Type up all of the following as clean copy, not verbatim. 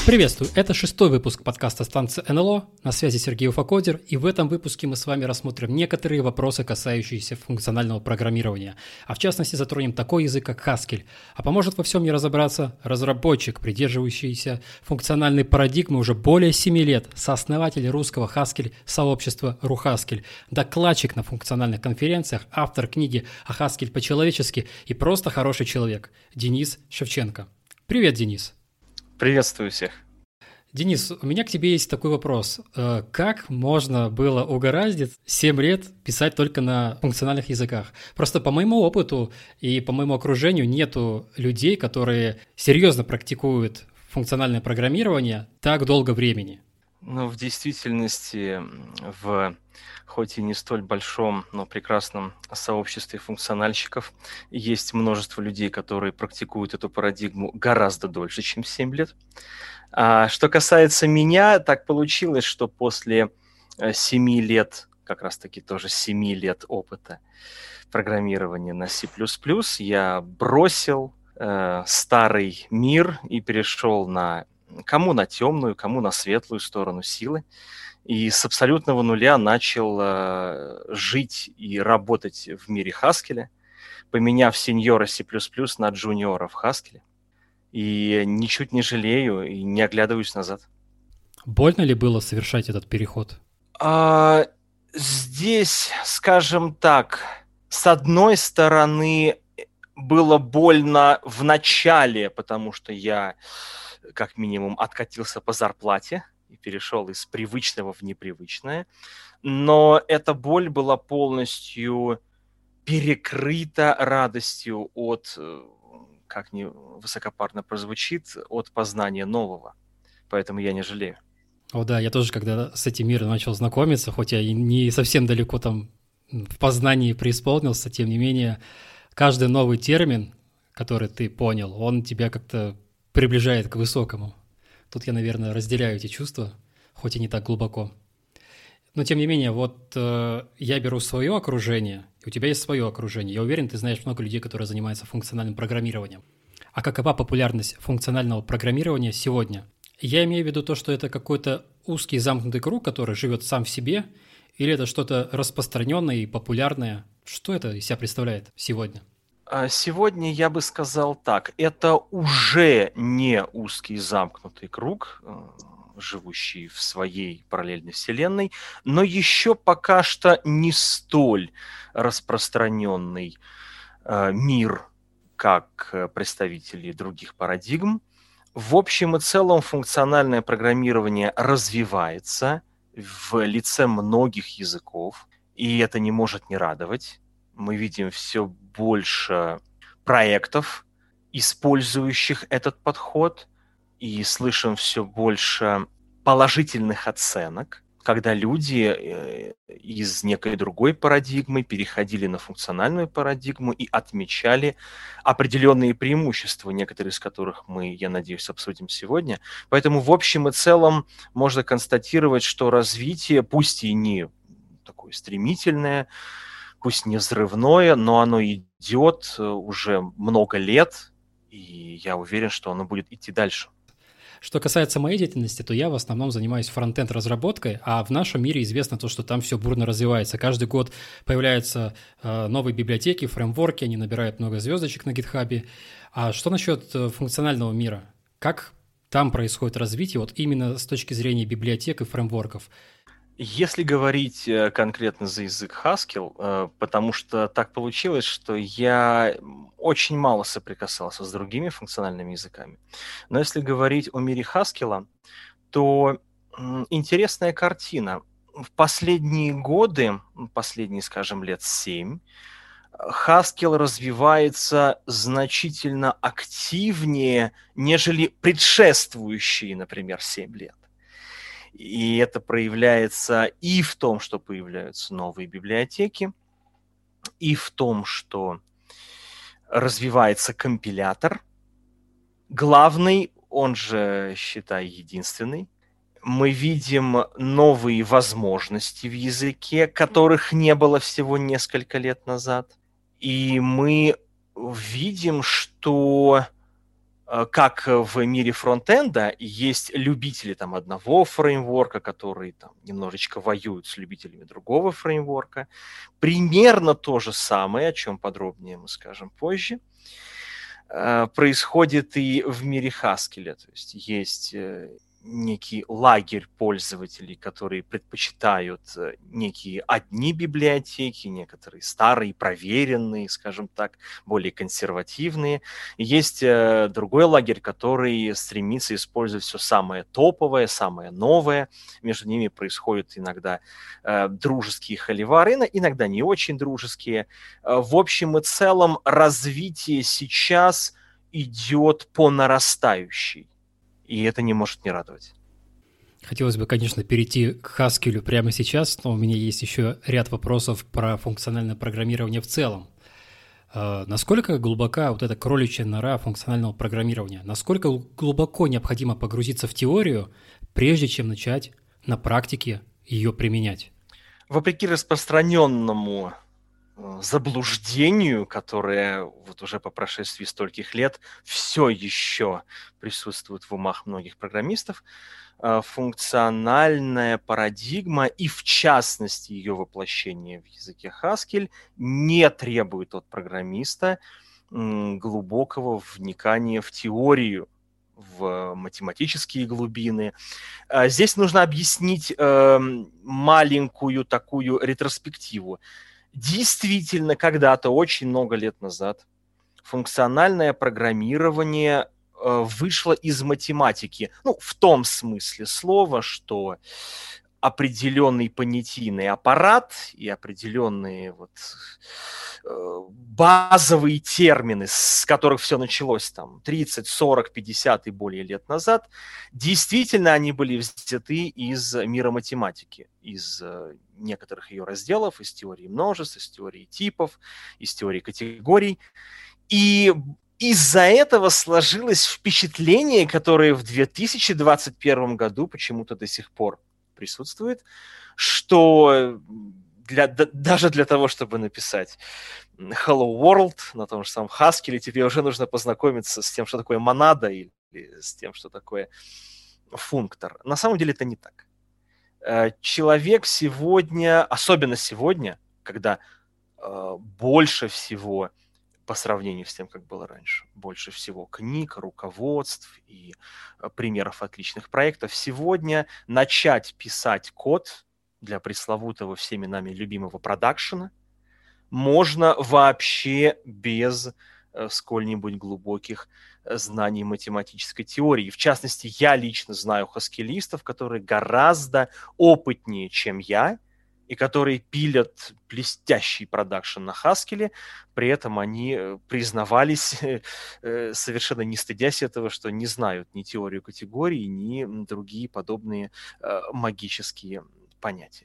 Приветствую, это 6-й выпуск подкаста станции НЛО, на связи Сергей Уфакодер, и в этом выпуске мы с вами рассмотрим некоторые вопросы, касающиеся функционального программирования, а в частности затронем такой язык, как Haskell. А поможет во всем не разобраться разработчик, придерживающийся функциональной парадигмы уже более 7 лет, сооснователь русского Haskell сообщества RuHaskell, докладчик на функциональных конференциях, автор книги о Haskell по-человечески и просто хороший человек, Денис Шевченко. Привет, Денис. Приветствую всех. Денис, у меня к тебе есть такой вопрос. Как можно было угораздить 7 лет писать только на функциональных языках? Просто по моему опыту и по моему окружению нету людей, которые серьезно практикуют функциональное программирование так долго времени. Ну, в действительности, в хоть и не столь большом, но прекрасном сообществе функциональщиков есть множество людей, которые практикуют эту парадигму гораздо дольше, чем 7 лет. А что касается меня, так получилось, что после 7 лет, как раз-таки тоже 7 лет опыта программирования на C++, я бросил старый мир и перешел на кому на темную, кому на светлую сторону силы. И с абсолютного нуля начал жить и работать в мире Haskell, поменяв сеньора C++ на джуниора в Haskell. И ничуть не жалею и не оглядываюсь назад. Больно ли было совершать этот переход? Здесь, скажем так, с одной стороны, было больно в начале, потому что я как минимум откатился по зарплате и перешел из привычного в непривычное. Но эта боль была полностью перекрыта радостью от, как ни высокопарно прозвучит, от познания нового. Поэтому я не жалею. О да, я тоже, когда с этим миром начал знакомиться, хоть я и не совсем далеко там в познании преисполнился, тем не менее, каждый новый термин, который ты понял, он тебя как-то приближает к высокому. Тут я, наверное, разделяю эти чувства, хоть и не так глубоко. Но, тем не менее, вот я беру свое окружение, и у тебя есть свое окружение. Я уверен, ты знаешь много людей, которые занимаются функциональным программированием. А какова популярность функционального программирования сегодня? Я имею в виду то, что это какой-то узкий замкнутый круг, который живет сам в себе, или это что-то распространенное и популярное? Что это из себя представляет сегодня? Сегодня я бы сказал так. Это уже не узкий замкнутый круг, живущий в своей параллельной вселенной, но еще пока что не столь распространенный мир, как представители других парадигм. В общем и целом функциональное программирование развивается в лице многих языков, и это не может не радовать. Мы видим все больше проектов, использующих этот подход, и слышим все больше положительных оценок, когда люди из некой другой парадигмы переходили на функциональную парадигму и отмечали определенные преимущества, некоторые из которых мы, я надеюсь, обсудим сегодня. Поэтому в общем и целом можно констатировать, что развитие, пусть и не такое стремительное, пусть не взрывное, но оно идет уже много лет, и я уверен, что оно будет идти дальше. Что касается моей деятельности, то я в основном занимаюсь фронтенд разработкой, а в нашем мире известно то, что там все бурно развивается. Каждый год появляются новые библиотеки, фреймворки, они набирают много звездочек на GitHub. А что насчет функционального мира? Как там происходит развитие вот именно с точки зрения библиотек и фреймворков? Если говорить конкретно за язык Haskell, потому что так получилось, что я очень мало соприкасался с другими функциональными языками. Но если говорить о мире Haskell, то интересная картина. В последние годы, последние, скажем, лет 7, Haskell развивается значительно активнее, нежели предшествующие, например, 7 лет. И это проявляется и в том, что появляются новые библиотеки, и в том, что развивается компилятор. Главный, он же, считай, единственный. Мы видим новые возможности в языке, которых не было всего несколько лет назад. И мы видим, что как в мире фронтенда есть любители там одного фреймворка, которые там немножечко воюют с любителями другого фреймворка. Примерно то же самое, о чем подробнее мы скажем позже, происходит и в мире Haskell. То есть некий лагерь пользователей, которые предпочитают некие одни библиотеки, некоторые старые, проверенные, скажем так, более консервативные. И есть другой лагерь, который стремится использовать все самое топовое, самое новое. Между ними происходят иногда дружеские холивары, иногда не очень дружеские. В общем и целом развитие сейчас идет по нарастающей. И это не может не радовать. Хотелось бы, конечно, перейти к Haskell прямо сейчас, но у меня есть еще ряд вопросов про функциональное программирование в целом. Насколько глубока вот эта кроличья нора функционального программирования? Насколько глубоко необходимо погрузиться в теорию, прежде чем начать на практике ее применять? Вопреки распространенному заблуждению, которое вот уже по прошествии стольких лет все еще присутствует в умах многих программистов, функциональная парадигма и, в частности, ее воплощение в языке Haskell не требует от программиста глубокого вникания в теорию, в математические глубины. Здесь нужно объяснить маленькую такую ретроспективу. Действительно, когда-то, очень много лет назад, функциональное программирование вышло из математики. Ну, в том смысле слова, что определенный понятийный аппарат и определенные вот базовые термины, с которых все началось там 30, 40, 50 и более лет назад, действительно они были взяты из мира математики, из некоторых ее разделов, из теории множеств, из теории типов, из теории категорий. И из-за этого сложилось впечатление, которое в 2021 году почему-то до сих пор присутствует, что даже для того, чтобы написать Hello World на том же самом Haskell, тебе уже нужно познакомиться с тем, что такое монада, или с тем, что такое функтор. На самом деле это не так. Человек сегодня, особенно сегодня, когда больше всего по сравнению с тем, как было раньше, больше всего книг, руководств и примеров отличных проектов, сегодня начать писать код для пресловутого всеми нами любимого продакшена можно вообще без сколь-нибудь глубоких знаний математической теории. В частности, я лично знаю хаскелистов, которые гораздо опытнее, чем я, и которые пилят блестящий продакшн на Haskell, при этом они признавались, совершенно не стыдясь этого, что не знают ни теорию категорий, ни другие подобные магические понятия.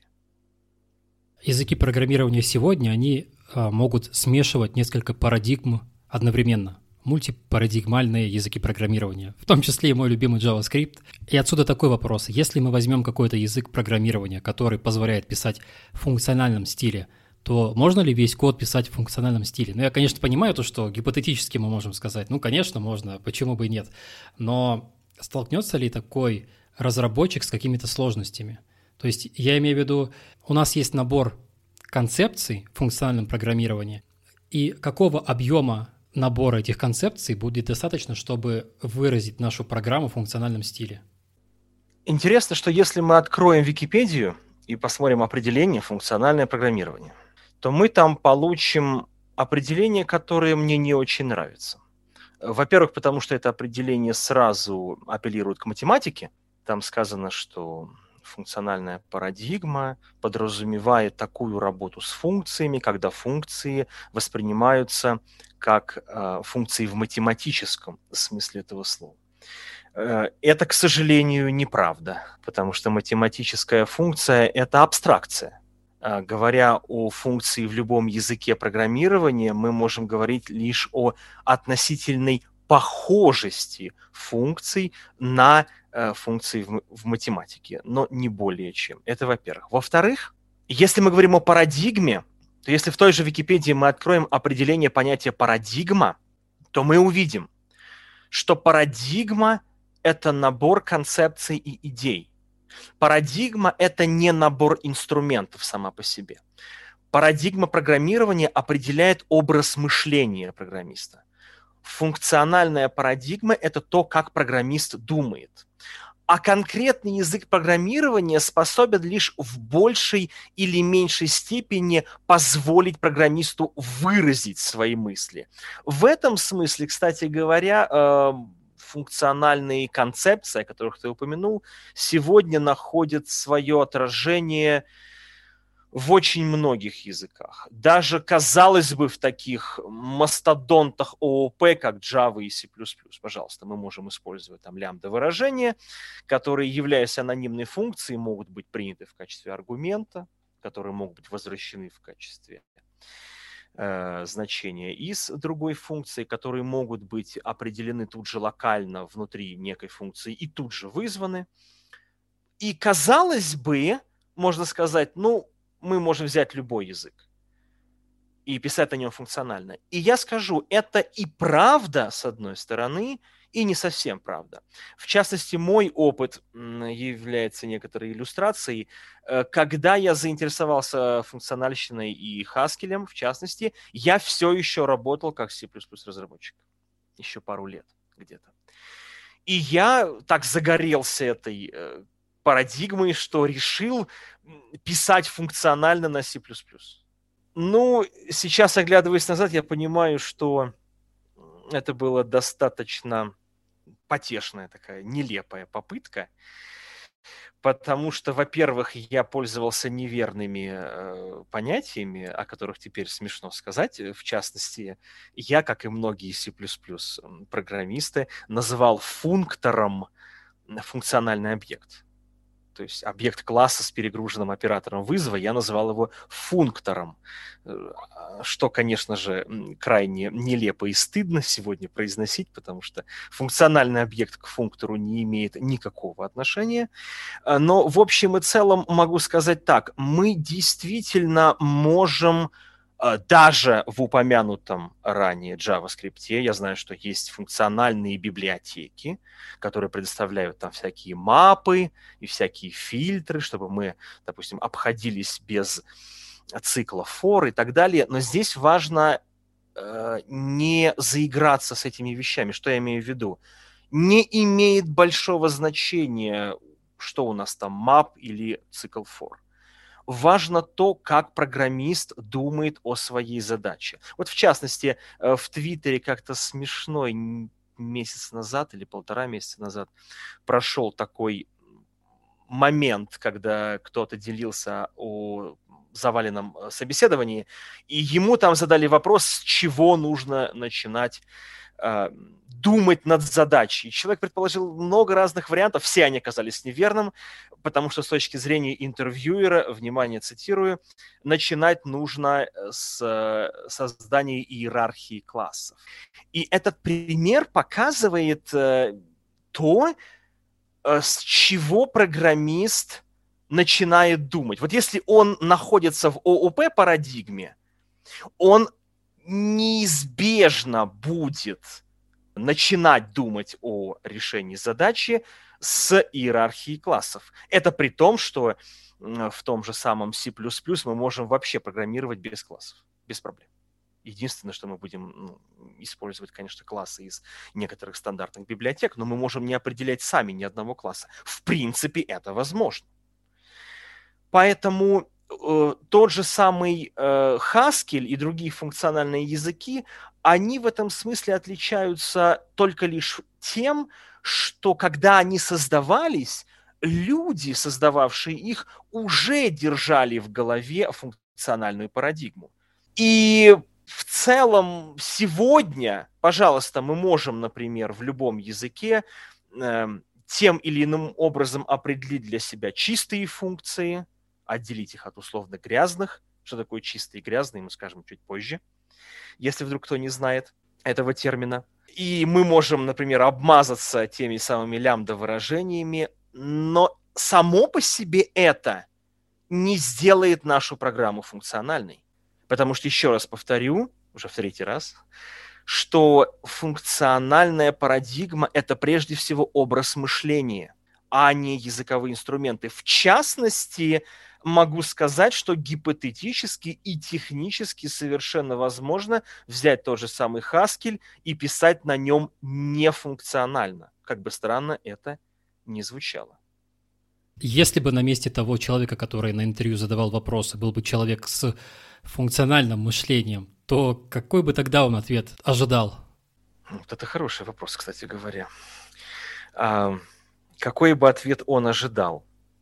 Языки программирования сегодня, они могут смешивать несколько парадигм одновременно. Мультипарадигмальные языки программирования, в том числе и мой любимый JavaScript. И отсюда такой вопрос. Если мы возьмем какой-то язык программирования, который позволяет писать в функциональном стиле, то можно ли весь код писать в функциональном стиле? Ну, я, конечно, понимаю то, что гипотетически мы можем сказать, ну, конечно, можно, почему бы и нет. Но столкнется ли такой разработчик с какими-то сложностями? То есть я имею в виду, у нас есть набор концепций в функциональном программировании, и какого объема набора этих концепций будет достаточно, чтобы выразить нашу программу в функциональном стиле? Интересно, что если мы откроем Википедию и посмотрим определение функциональное программирование, то мы там получим определение, которое мне не очень нравится. Во-первых, потому что это определение сразу апеллирует к математике. Там сказано, что функциональная парадигма подразумевает такую работу с функциями, когда функции воспринимаются как функции в математическом смысле этого слова. Это, к сожалению, неправда, потому что математическая функция – это абстракция. Говоря о функции в любом языке программирования, мы можем говорить лишь о относительной похожести функций на функции в математике, но не более чем. Это во-первых. Во-вторых, если мы говорим о парадигме, то если в той же Википедии мы откроем определение понятия парадигма, то мы увидим, что парадигма – это набор концепций и идей. Парадигма – это не набор инструментов сама по себе. Парадигма программирования определяет образ мышления программиста. Функциональная парадигма – это то, как программист думает. А конкретный язык программирования способен лишь в большей или меньшей степени позволить программисту выразить свои мысли. В этом смысле, кстати говоря, функциональные концепции, о которых ты упомянул, сегодня находят свое отражение в очень многих языках. Даже, казалось бы, в таких мастодонтах ООП, как Java и C++. Пожалуйста, мы можем использовать там лямбда-выражения, которые, являясь анонимной функцией, могут быть приняты в качестве аргумента, которые могут быть возвращены в качестве значения из другой функции, которые могут быть определены тут же локально внутри некой функции и тут же вызваны. И, казалось бы, можно сказать, ну, мы можем взять любой язык и писать на нем функционально. И я скажу, это и правда, с одной стороны, и не совсем правда. В частности, мой опыт является некоторой иллюстрацией. Когда я заинтересовался функциональщиной и Haskell, в частности, я все еще работал как C++ разработчик. Еще пару лет где-то. И я так загорелся этой парадигмой, что решил писать функционально на C++. Ну, сейчас, оглядываясь назад, я понимаю, что это была достаточно потешная такая, нелепая попытка, потому что, во-первых, я пользовался неверными понятиями, о которых теперь смешно сказать. В частности, я, как и многие C++ программисты, называл функтором функциональный объект. То есть объект класса с перегруженным оператором вызова, я называл его функтором, что, конечно же, крайне нелепо и стыдно сегодня произносить, потому что функциональный объект к функтору не имеет никакого отношения. Но в общем и целом могу сказать так, мы действительно можем даже в упомянутом ранее JavaScript, я знаю, что есть функциональные библиотеки, которые предоставляют там всякие мапы и всякие фильтры, чтобы мы, допустим, обходились без цикла for и так далее. Но здесь важно не заиграться с этими вещами. Что я имею в виду? Не имеет большого значения, что у нас там map или цикл for. Важно то, как программист думает о своей задаче. Вот в частности, в Твиттере как-то смешно месяц назад или 1,5 месяца назад прошел такой момент, когда кто-то делился о заваленном собеседовании, и ему там задали вопрос, с чего нужно начинать думать над задачей. Человек предположил много разных вариантов, все они оказались неверным, потому что с точки зрения интервьюера, внимание, цитирую, начинать нужно с создания иерархии классов. И этот пример показывает то, с чего программист начинает думать. Вот если он находится в ООП-парадигме, он неизбежно будет начинать думать о решении задачи с иерархии классов. Это при том, что в том же самом C++ мы можем вообще программировать без классов, без проблем. Единственное, что мы будем использовать, конечно, классы из некоторых стандартных библиотек, но мы можем не определять сами ни одного класса. В принципе, это возможно. Поэтому тот же самый Haskell и другие функциональные языки, они в этом смысле отличаются только лишь тем, что когда они создавались, люди, создававшие их, уже держали в голове функциональную парадигму. И в целом сегодня, пожалуйста, мы можем, например, в любом языке тем или иным образом определить для себя чистые функции, отделить их от условно грязных. Что такое чистые и грязные, мы скажем чуть позже, если вдруг кто не знает этого термина. И мы можем, например, обмазаться теми самыми лямбда-выражениями, но само по себе это не сделает нашу программу функциональной. Потому что, еще раз повторю, уже в 3-й раз, что функциональная парадигма – это прежде всего образ мышления, а не языковые инструменты. В частности, могу сказать, что гипотетически и технически совершенно возможно взять тот же самый Haskell и писать на нем нефункционально, как бы странно это ни звучало. Если бы на месте того человека, который на интервью задавал вопросы, был бы человек с функциональным мышлением, то какой бы тогда он ответ ожидал? Вот это хороший вопрос, кстати говоря. Какой бы ответ он ожидал?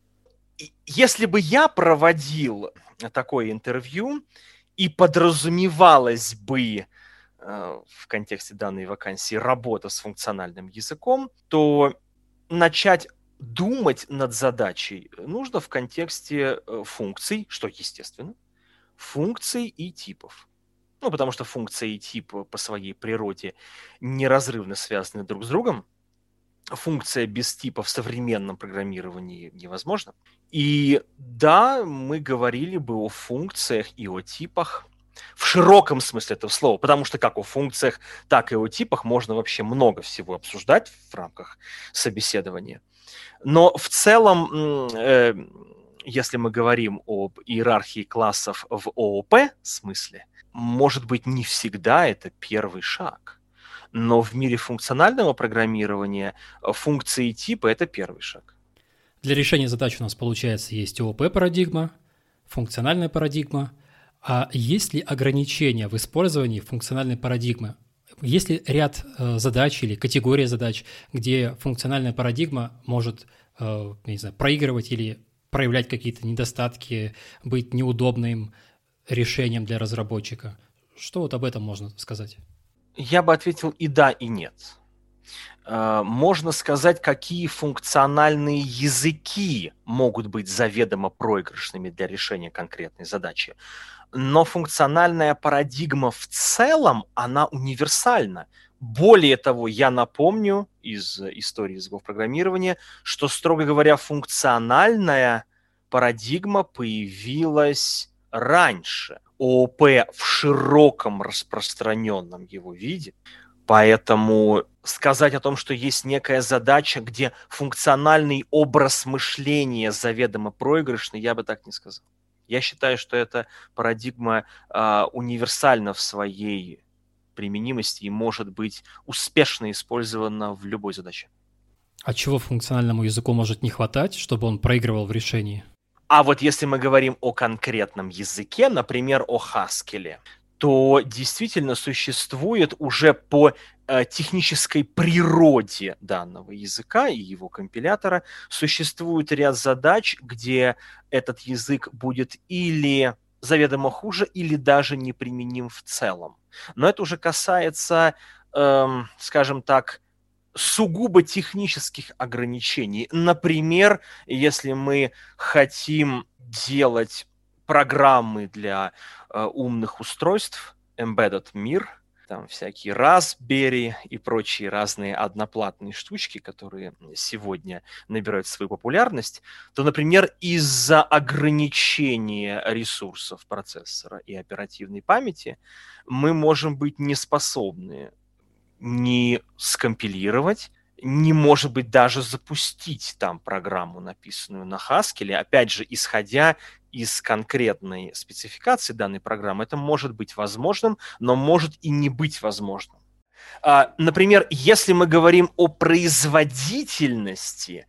Если бы я проводил такое интервью, и подразумевалось бы в контексте данной вакансии работа с функциональным языком, то начать думать над задачей нужно в контексте функций, что естественно, функций и типов. Ну, потому что функция и тип по своей природе неразрывно связаны друг с другом. Функция без типа в современном программировании невозможна. И да, мы говорили бы о функциях и о типах в широком смысле этого слова, потому что как о функциях, так и о типах можно вообще много всего обсуждать в рамках собеседования. Но в целом, если мы говорим об иерархии классов в ООП смысле, может быть, не всегда это первый шаг. Но в мире функционального программирования функции и типы – это первый шаг. Для решения задач у нас, получается, есть ООП-парадигма, функциональная парадигма. А есть ли ограничения в использовании функциональной парадигмы? Есть ли ряд задач или категория задач, где функциональная парадигма может, не знаю, проигрывать или проявлять какие-то недостатки, быть неудобным решением для разработчика? Что вот об этом можно сказать? Я бы ответил и да, и нет. Можно сказать, какие функциональные языки могут быть заведомо проигрышными для решения конкретной задачи. Но функциональная парадигма в целом, она универсальна. Более того, я напомню из истории языков программирования, что, строго говоря, функциональная парадигма появилась раньше ООП в широком распространенном его виде. Поэтому сказать о том, что есть некая задача, где функциональный образ мышления заведомо проигрышный, я бы так не сказал. Я считаю, что эта парадигма универсальна в своей применимости и может быть успешно использована в любой задаче. А чего функциональному языку может не хватать, чтобы он проигрывал в решении? А вот если мы говорим о конкретном языке, например, о Haskell, то действительно существует уже по технической природе данного языка и его компилятора существует ряд задач, где этот язык будет или заведомо хуже, или даже неприменим в целом. Но это уже касается, скажем так, сугубо технических ограничений. Например, если мы хотим делать программы для умных устройств, embedded мир, там всякие Raspberry и прочие разные одноплатные штучки, которые сегодня набирают свою популярность, то, например, из-за ограничения ресурсов процессора и оперативной памяти мы можем быть не способны не скомпилировать, не, может быть, даже запустить там программу, написанную на Haskell. Опять же, исходя из конкретной спецификации данной программы, это может быть возможным, но может и не быть возможным. Например, если мы говорим о производительности,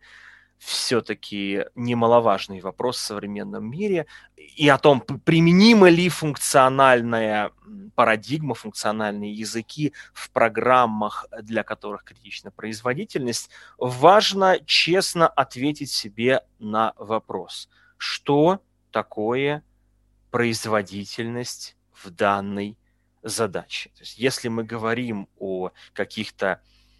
все-таки немаловажный вопрос в современном мире, и о том, применима ли функциональная парадигма, функциональные языки в программах, для которых критична производительность, важно честно ответить себе на вопрос, что такое производительность в данной задаче. То есть, если мы говорим о каких-то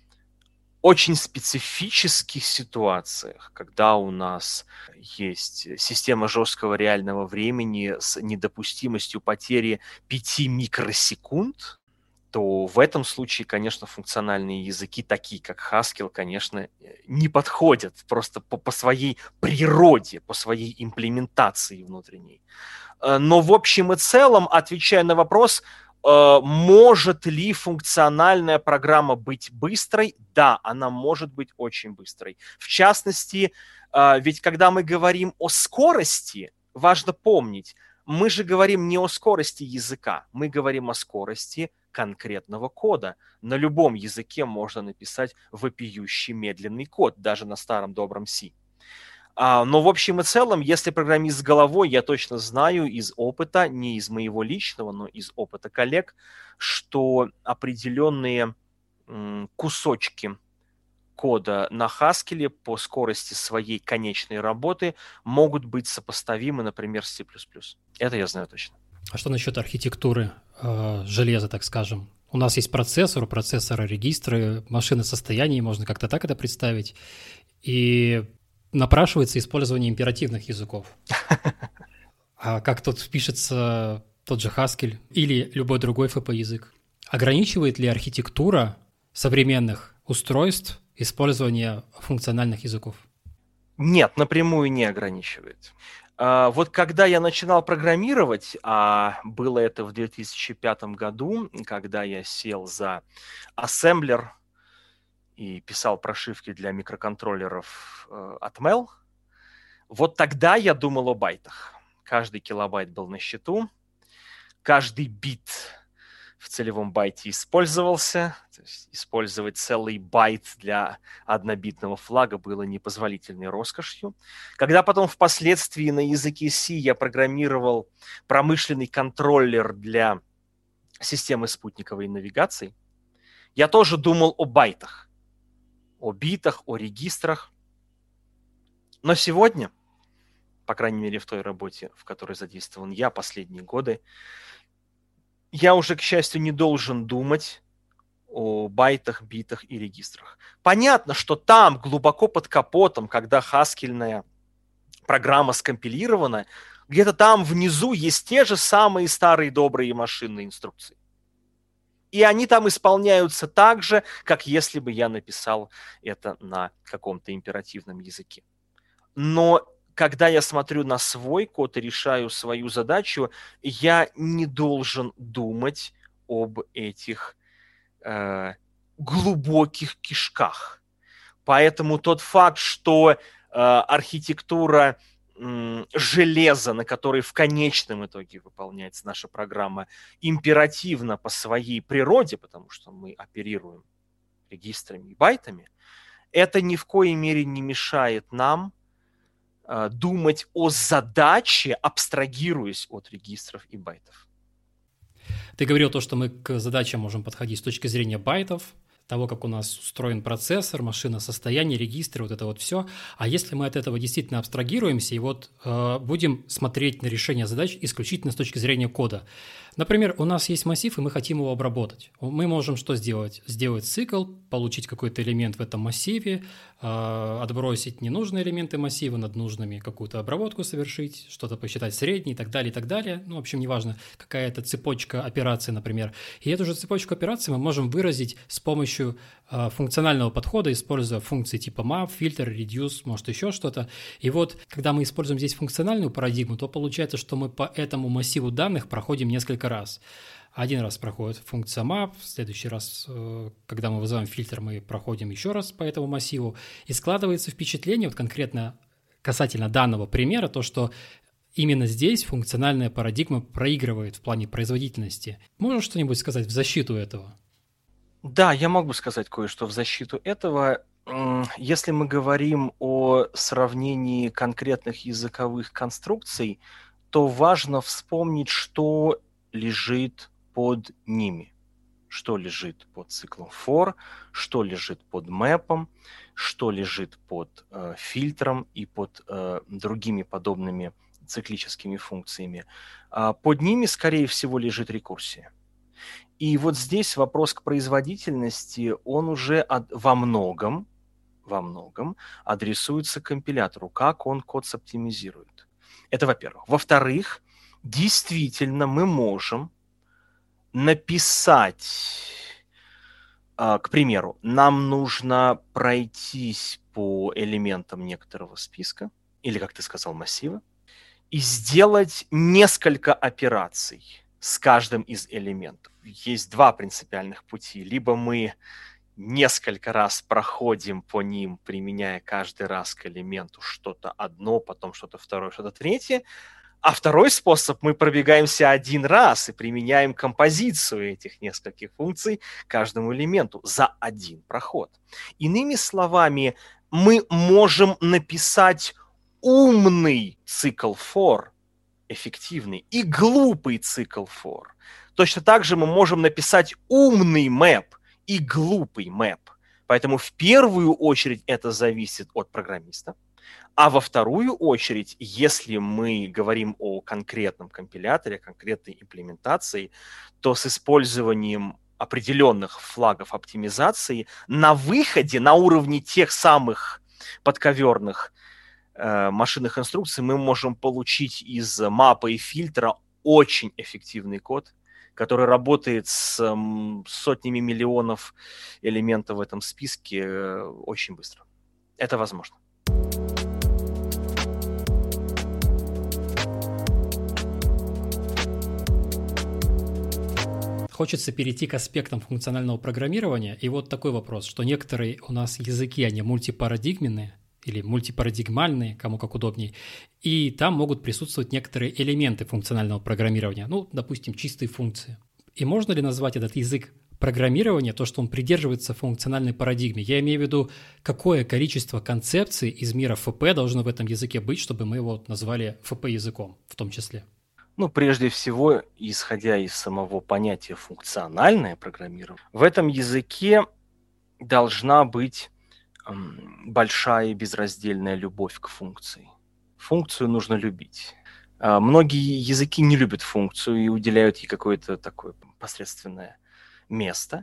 очень специфических ситуациях, когда у нас есть система жесткого реального времени с недопустимостью потери 5 микросекунд, то в этом случае, конечно, функциональные языки, такие как Haskell, конечно, не подходят просто по своей природе, по своей имплементации внутренней. Но в общем и целом, отвечая на вопрос, Может ли функциональная программа быть быстрой? Да, она может быть очень быстрой. В частности, ведь когда мы говорим о скорости, важно помнить, мы же говорим не о скорости языка, мы говорим о скорости конкретного кода. На любом языке можно написать вопиющий медленный код, даже на старом добром C. Но в общем и целом, если программист с головой, я точно знаю из опыта, не из моего личного, но из опыта коллег, что определенные кусочки кода на Haskell по скорости своей конечной работы могут быть сопоставимы, например, с C++. Это я знаю точно. А что насчет архитектуры железа, так скажем? У нас есть процессор, у процессора регистры, машины состояний, можно как-то так это представить. И напрашивается использование императивных языков. А как тут пишется тот же Haskell или любой другой FP-язык? Ограничивает ли архитектура современных устройств использование функциональных языков? Нет, напрямую не ограничивает. Вот когда я начинал программировать, а было это в 2005 году, когда я сел за ассемблер и писал прошивки для микроконтроллеров от Mel, вот тогда я думал о байтах. Каждый килобайт был на счету, каждый бит в целевом байте использовался. То есть использовать целый байт для однобитного флага было непозволительной роскошью. Когда потом впоследствии на языке C я программировал промышленный контроллер для системы спутниковой навигации, я тоже думал о байтах, о битах, о регистрах. Но сегодня, по крайней мере в той работе, в которой задействован я последние годы, я уже, к счастью, не должен думать о байтах, битах и регистрах. Понятно, что там, глубоко под капотом, когда хаскельная программа скомпилирована, где-то там внизу есть те же самые старые добрые машинные инструкции. И они там исполняются так же, как если бы я написал это на каком-то императивном языке. Но когда я смотрю на свой код и решаю свою задачу, я не должен думать об этих глубоких кишках. Поэтому тот факт, что архитектура железа, на которой в конечном итоге выполняется наша программа, императивна по своей природе, потому что мы оперируем регистрами и байтами, это ни в коей мере не мешает нам думать о задаче, абстрагируясь от регистров и байтов. Ты говорил то, что мы к задачам можем подходить с точки зрения байтов, того, как у нас устроен процессор, машина состояния, регистры, вот это вот все. А если мы от этого действительно абстрагируемся и вот будем смотреть на решение задач исключительно с точки зрения кода. Например, у нас есть массив, и мы хотим его обработать. Мы можем что сделать? Сделать цикл, получить какой-то элемент в этом массиве, отбросить ненужные элементы массива над нужными, какую-то обработку совершить, что-то посчитать средний и так далее, и так далее. Ну, в общем, неважно, какая это цепочка операций, например. И эту же цепочку операций мы можем выразить с помощью функционального подхода, используя функции типа map, filter, reduce, может еще что-то. И вот, когда мы используем здесь функциональную парадигму, то получается, что мы по этому массиву данных проходим несколько раз. Один раз проходит функция map, в следующий раз, когда мы вызываем фильтр, мы проходим еще раз по этому массиву. И складывается впечатление, вот конкретно касательно данного примера, то, что именно здесь функциональная парадигма проигрывает в плане производительности. Можешь что-нибудь сказать в защиту этого? Да, я могу сказать кое-что в защиту этого. Если мы говорим о сравнении конкретных языковых конструкций, то важно вспомнить, что лежит под ними. Что лежит под циклом for, что лежит под мэпом, что лежит под фильтром и под другими подобными циклическими функциями. Под ними, скорее всего, лежит рекурсия. И вот здесь вопрос к производительности, он уже во многом адресуется компилятору, как он код соптимизирует. Это во-первых. Во-вторых, действительно мы можем написать, к примеру, нам нужно пройтись по элементам некоторого списка, или, как ты сказал, массива, и сделать несколько операций с каждым из элементов. Есть два принципиальных пути. Либо мы несколько раз проходим по ним, применяя каждый раз к элементу что-то одно, потом что-то второе, что-то третье. А второй способ, мы пробегаемся один раз и применяем композицию этих нескольких функций каждому элементу за один проход. Иными словами, мы можем написать умный цикл for, эффективный, и глупый цикл for. Точно так же мы можем написать умный map и глупый map. Поэтому в первую очередь это зависит от программиста. А во вторую очередь, если мы говорим о конкретном компиляторе, конкретной имплементации, то с использованием определенных флагов оптимизации на выходе, на уровне тех самых подковерных машинных инструкций, мы можем получить из мапа и фильтра очень эффективный код, который работает с сотнями миллионов элементов в этом списке очень быстро. Это возможно. Хочется перейти к аспектам функционального программирования. И вот такой вопрос, что некоторые у нас языки, они мультипарадигменные или мультипарадигмальные, кому как удобней, и там могут присутствовать некоторые элементы функционального программирования, ну, допустим, чистые функции. И можно ли назвать этот язык программирования, то, что он придерживается функциональной парадигме? Я имею в виду, какое количество концепций из мира ФП должно в этом языке быть, чтобы мы его назвали ФП-языком в том числе? Ну, прежде всего, исходя из самого понятия функциональное программирование, в этом языке должна быть большая безраздельная любовь к функции. Функцию нужно любить. Многие языки не любят функцию и уделяют ей какое-то такое посредственное место.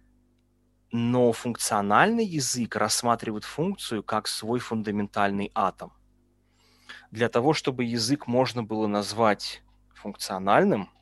Но функциональный язык рассматривает функцию как свой фундаментальный атом. Для того, чтобы язык можно было назвать функциональным,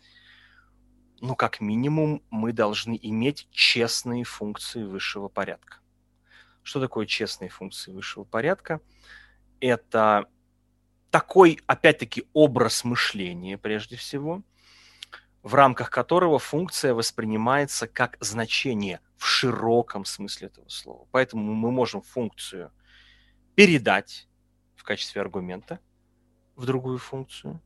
ну, как минимум, мы должны иметь честные функции высшего порядка. Что такое честные функции высшего порядка? Это такой, опять-таки, образ мышления, прежде всего, в рамках которого функция воспринимается как значение в широком смысле этого слова. Поэтому мы можем функцию передать в качестве аргумента в другую функцию.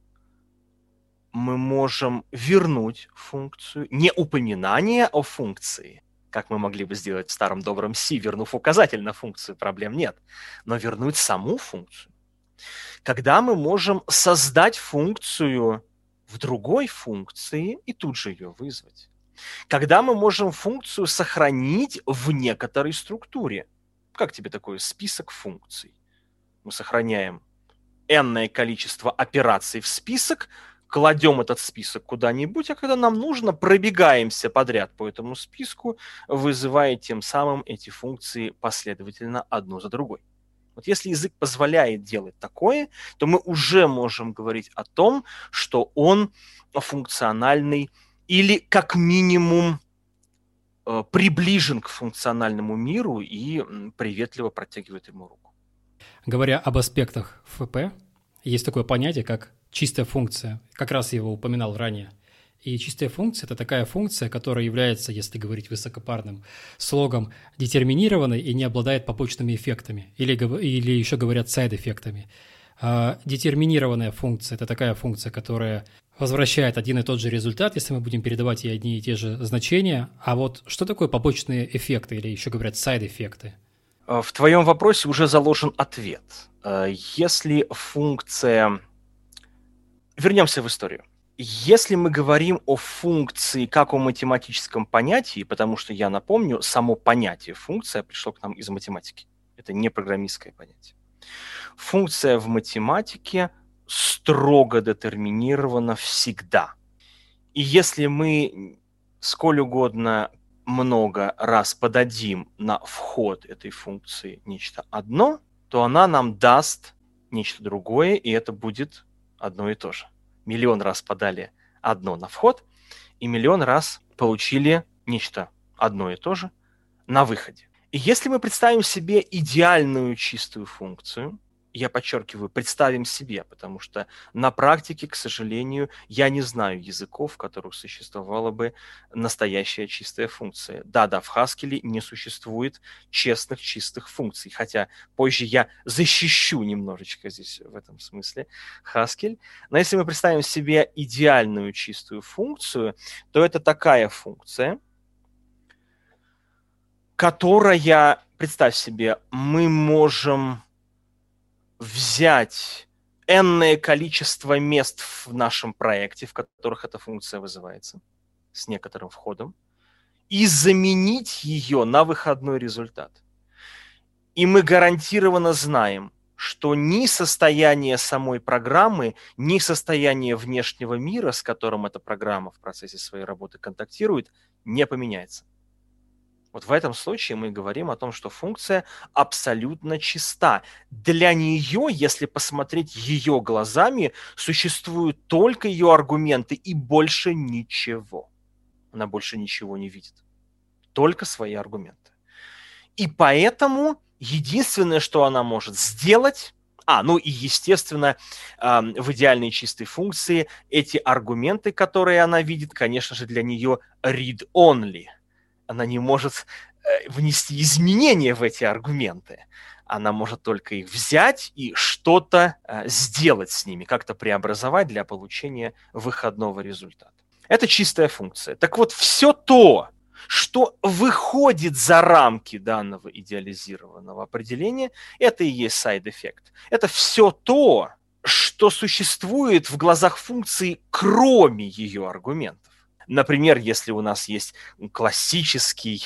Мы можем вернуть функцию, не упоминание о функции, как мы могли бы сделать в старом добром C, вернув указатель на функцию, проблем нет, но вернуть саму функцию. Когда мы можем создать функцию в другой функции и тут же ее вызвать. Когда мы можем функцию сохранить в некоторой структуре. Как тебе такой список функций? Мы сохраняем n-ное количество операций в список, кладем этот список куда-нибудь, а когда нам нужно, пробегаемся подряд по этому списку, вызывая тем самым эти функции последовательно одну за другой. Вот если язык позволяет делать такое, то мы уже можем говорить о том, что он функциональный или как минимум приближен к функциональному миру и приветливо протягивает ему руку. Говоря об аспектах ФП, есть такое понятие, как чистая функция. Как раз я его упоминал ранее. И чистая функция – это такая функция, которая является, если говорить высокопарным слогом, детерминированной и не обладает побочными эффектами. Или еще говорят сайд-эффектами. Детерминированная функция – это такая функция, которая возвращает один и тот же результат, если мы будем передавать ей одни и те же значения. А вот что такое побочные эффекты, или еще говорят сайд-эффекты? В твоем вопросе уже заложен ответ. Если функция… Вернемся в историю. Если мы говорим о функции как о математическом понятии, потому что, я напомню, само понятие функция пришло к нам из математики. Это не программистское понятие. Функция в математике строго детерминирована всегда. И если мы сколь угодно много раз подадим на вход этой функции нечто одно, то она нам даст нечто другое, и это будет одно и то же. Миллион раз подали одно на вход, и миллион раз получили нечто одно и то же на выходе. И если мы представим себе идеальную чистую функцию, Я подчеркиваю, представим себе, потому что на практике, к сожалению, я не знаю языков, в которых существовала бы настоящая чистая функция. Да-да, в Haskell не существует честных чистых функций, хотя позже я защищу немножечко здесь в этом смысле Haskell. Но если мы представим себе идеальную чистую функцию, то это такая функция, которая, представь себе, мы можем взять энное количество мест в нашем проекте, в которых эта функция вызывается, с некоторым входом, и заменить ее на выходной результат. И мы гарантированно знаем, что ни состояние самой программы, ни состояние внешнего мира, с которым эта программа в процессе своей работы контактирует, не поменяется. Вот в этом случае мы говорим о том, что функция абсолютно чиста. Для нее, если посмотреть ее глазами, существуют только ее аргументы и больше ничего. Она больше ничего не видит. Только свои аргументы. И поэтому единственное, что она может сделать... ну и, естественно, в идеальной чистой функции эти аргументы, которые она видит, конечно же, для нее read-only. Она не может внести изменения в эти аргументы. Она может только их взять и что-то сделать с ними, как-то преобразовать для получения выходного результата. Это чистая функция. Так вот, все то, что выходит за рамки данного идеализированного определения, это и есть сайд-эффект. Это все то, что существует в глазах функции, кроме ее аргументов. Например, если у нас есть классический,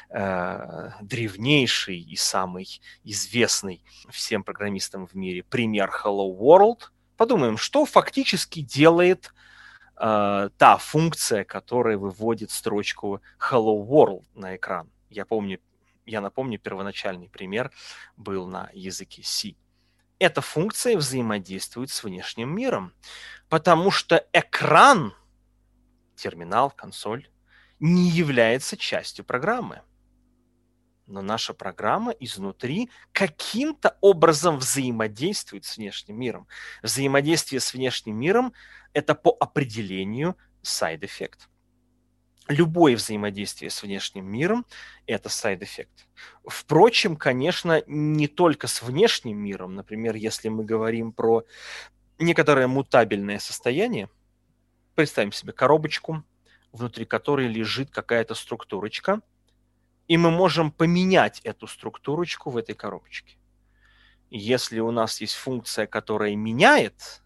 древнейший и самый известный всем программистам в мире пример Hello World, подумаем, что фактически делает та функция, которая выводит строчку Hello World на экран. Я напомню, первоначальный пример был на языке C. Эта функция взаимодействует с внешним миром, потому что экран, терминал, консоль, не является частью программы. Но наша программа изнутри каким-то образом взаимодействует с внешним миром. Взаимодействие с внешним миром – это по определению сайд-эффект. Любое взаимодействие с внешним миром – это сайд-эффект. Впрочем, конечно, не только с внешним миром. Например, если мы говорим про некоторое мутабельное состояние, представим себе коробочку, внутри которой лежит какая-то структурочка, и мы можем поменять эту структурочку в этой коробочке. Если у нас есть функция, которая меняет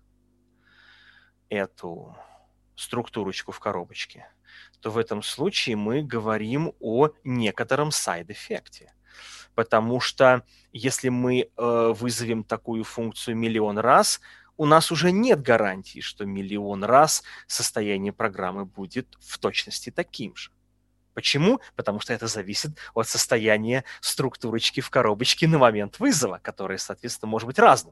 эту структурочку в коробочке, то в этом случае мы говорим о некотором сайд-эффекте. Потому что если мы вызовем такую функцию миллион раз, у нас уже нет гарантии, что миллион раз состояние программы будет в точности таким же. Почему? Потому что это зависит от состояния структурочки в коробочке на момент вызова, которое, соответственно, может быть разным.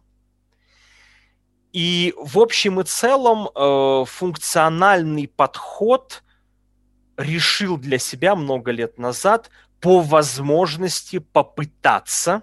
И в общем и целом функциональный подход решил для себя много лет назад по возможности попытаться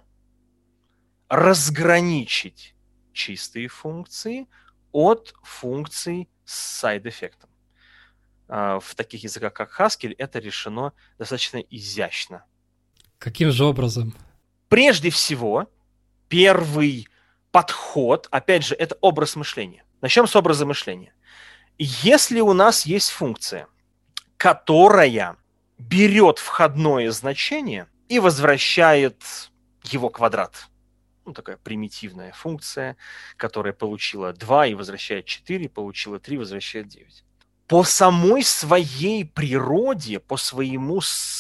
разграничить чистые функции от функций с сайд-эффектом. В таких языках, как Haskell, это решено достаточно изящно. Каким же образом? Прежде всего, первый подход, опять же, это образ мышления. Начнем с образа мышления. Если у нас есть функция, которая берет входное значение и возвращает его квадрат, такая примитивная функция, которая получила 2 и возвращает 4, получила 3, возвращает 9. По самой своей природе, по своему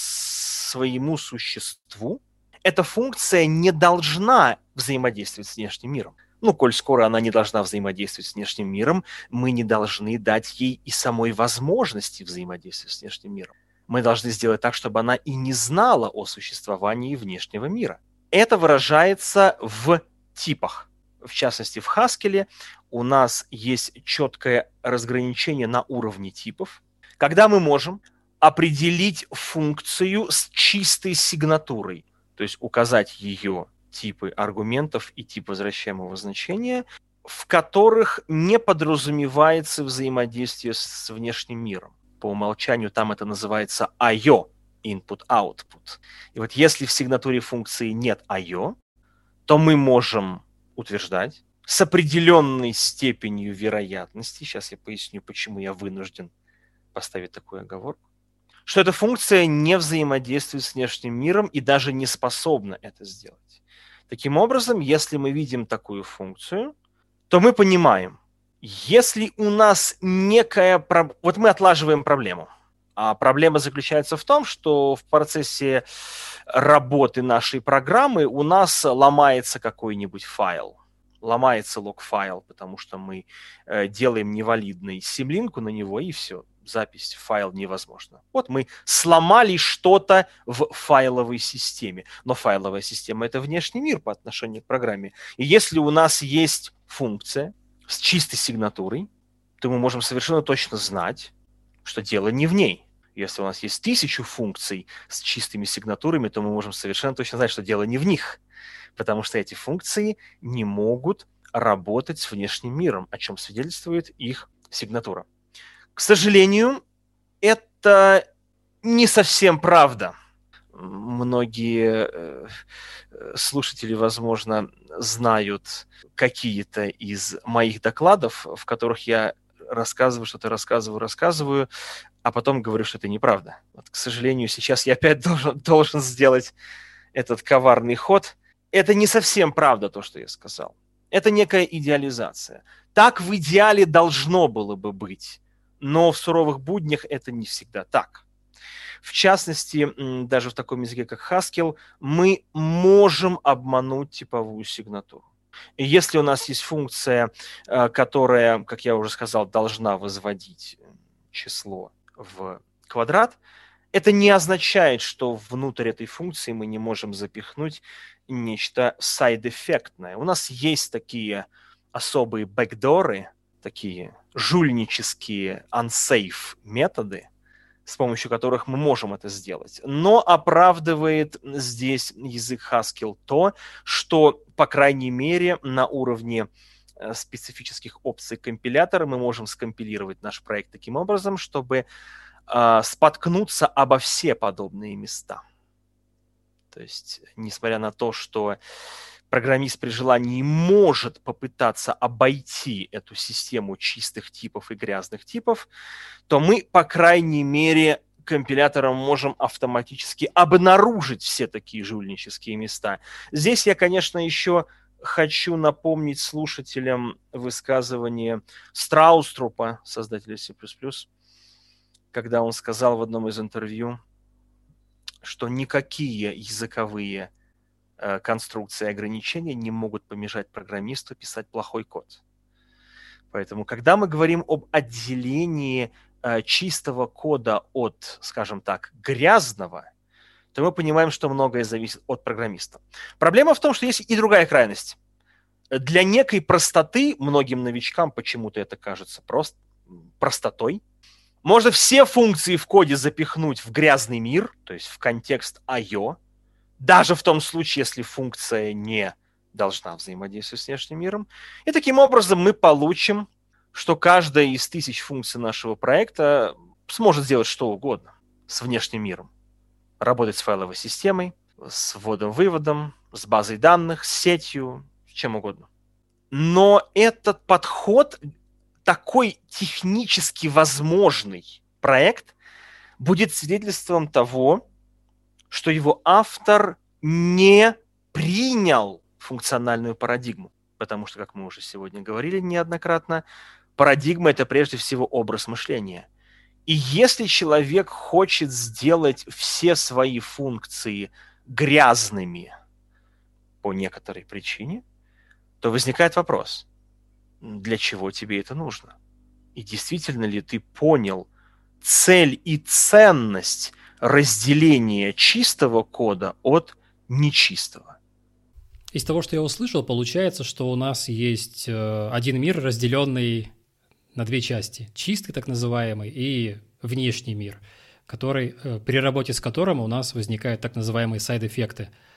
существу, эта функция не должна взаимодействовать с внешним миром. Коль скоро она не должна взаимодействовать с внешним миром, мы не должны дать ей и самой возможности взаимодействовать с внешним миром. Мы должны сделать так, чтобы она и не знала о существовании внешнего мира. Это выражается в типах. В частности, в Haskell у нас есть четкое разграничение на уровне типов, когда мы можем определить функцию с чистой сигнатурой, то есть указать ее типы аргументов и тип возвращаемого значения, в которых не подразумевается взаимодействие с внешним миром. По умолчанию там это называется I/O, input-output. И вот если в сигнатуре функции нет I/O, то мы можем утверждать с определенной степенью вероятности, сейчас я поясню, почему я вынужден поставить такую оговорку, что эта функция не взаимодействует с внешним миром и даже не способна это сделать. Таким образом, если мы видим такую функцию, то мы понимаем, если у нас некая... Вот мы отлаживаем проблему. А проблема заключается в том, что в процессе работы нашей программы у нас ломается какой-нибудь файл. Ломается лог-файл, потому что мы делаем невалидный симлинку на него, и все, запись в файл невозможна. Вот мы сломали что-то в файловой системе. Но файловая система – это внешний мир по отношению к программе. И если у нас есть функция с чистой сигнатурой, то мы можем совершенно точно знать, что дело не в ней. Если у нас есть 1000 функций с чистыми сигнатурами, то мы можем совершенно точно знать, что дело не в них, потому что эти функции не могут работать с внешним миром, о чем свидетельствует их сигнатура. К сожалению, это не совсем правда. Многие слушатели, возможно, знают какие-то из моих докладов, в которых я рассказываю, что-то рассказываю, а потом говорю, что это неправда. Вот, к сожалению, сейчас я опять должен сделать этот коварный ход. Это не совсем правда, то, что я сказал. Это некая идеализация. Так в идеале должно было бы быть, но в суровых буднях это не всегда так. В частности, даже в таком языке, как Haskell, мы можем обмануть типовую сигнатуру. И если у нас есть функция, которая, как я уже сказал, должна возводить число в квадрат, это не означает, что внутрь этой функции мы не можем запихнуть нечто сайд-эффектное. У нас есть такие особые бэкдоры, такие жульнические unsafe методы, с помощью которых мы можем это сделать. Но оправдывает здесь язык Haskell то, что, по крайней мере, на уровне специфических опций компилятора мы можем скомпилировать наш проект таким образом, чтобы споткнуться обо все подобные места. То есть, несмотря на то, что программист при желании может попытаться обойти эту систему чистых типов и грязных типов, то мы, по крайней мере, компилятором можем автоматически обнаружить все такие жульнические места. Здесь я, конечно, еще хочу напомнить слушателям высказывание Страуструпа, создателя C++, когда он сказал в одном из интервью, что никакие языковые конструкции и ограничения не могут помешать программисту писать плохой код. Поэтому, когда мы говорим об отделении чистого кода от, скажем так, грязного, то мы понимаем, что многое зависит от программиста. Проблема в том, что есть и другая крайность. Для некой простоты, многим новичкам почему-то это кажется простотой, можно все функции в коде запихнуть в грязный мир, то есть в контекст I/O, даже в том случае, если функция не должна взаимодействовать с внешним миром. И таким образом мы получим, что каждая из 1000 функций нашего проекта сможет сделать что угодно с внешним миром. Работать с файловой системой, с вводом-выводом, с базой данных, с сетью, с чем угодно. Но этот подход, такой технически возможный проект, будет свидетельством того, что его автор не принял функциональную парадигму. Потому что, как мы уже сегодня говорили неоднократно, парадигма – это прежде всего образ мышления. И если человек хочет сделать все свои функции грязными по некоторой причине, то возникает вопрос, для чего тебе это нужно? И действительно ли ты понял цель и ценность разделения чистого кода от нечистого? Из того, что я услышал, получается, что у нас есть один мир, разделенный на две части. Чистый, так называемый, и внешний мир, при работе с которым у нас возникают так называемые сайд-эффекты.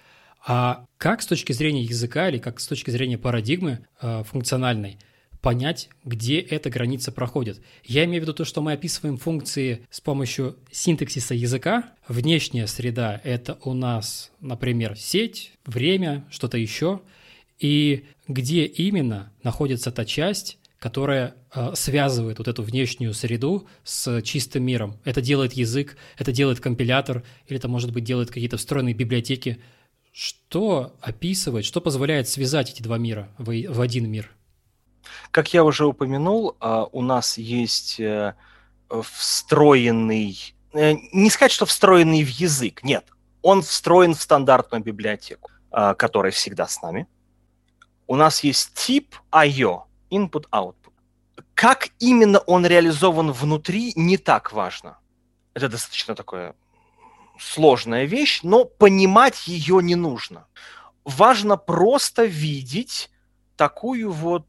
А как с точки зрения языка или как с точки зрения парадигмы функциональной понять, где эта граница проходит? Я имею в виду то, что мы описываем функции с помощью синтаксиса языка. Внешняя среда — это у нас, например, сеть, время, что-то еще. И где именно находится та часть, которая связывает вот эту внешнюю среду с чистым миром? Это делает язык, это делает компилятор, или это, может быть, делает какие-то встроенные библиотеки. Что описывает, что позволяет связать эти два мира в один мир? Как я уже упомянул, у нас есть встроенный, не сказать, что встроенный в язык, нет, он встроен в стандартную библиотеку, которая всегда с нами. У нас есть тип I/O, input-output. Как именно он реализован внутри, не так важно. Это достаточно такая сложная вещь, но понимать ее не нужно. Важно просто видеть такую вот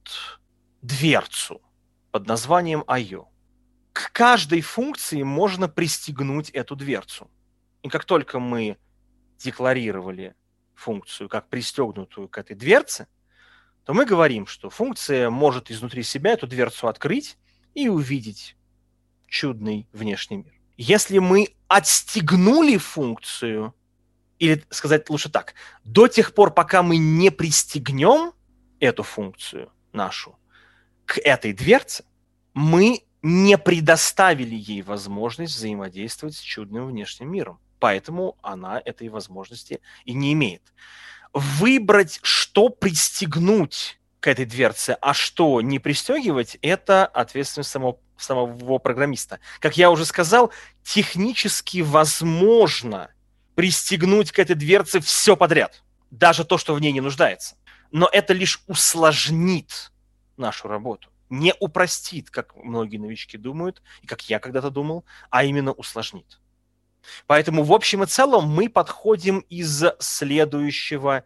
дверцу под названием I/O. К каждой функции можно пристегнуть эту дверцу. И как только мы декларировали функцию как пристегнутую к этой дверце, то мы говорим, что функция может изнутри себя эту дверцу открыть и увидеть чудный внешний мир. Если мы отстегнули функцию, или сказать лучше так, до тех пор, пока мы не пристегнем эту функцию нашу к этой дверце, мы не предоставили ей возможность взаимодействовать с чудным внешним миром. Поэтому она этой возможности и не имеет. Выбрать, что пристегнуть к этой дверце, а что не пристегивать, это ответственность самого программиста. Как я уже сказал, технически возможно пристегнуть к этой дверце все подряд, даже то, что в ней не нуждается. Но это лишь усложнит нашу работу, не упростит, как многие новички думают, и как я когда-то думал, а именно усложнит. Поэтому в общем и целом мы подходим из следующего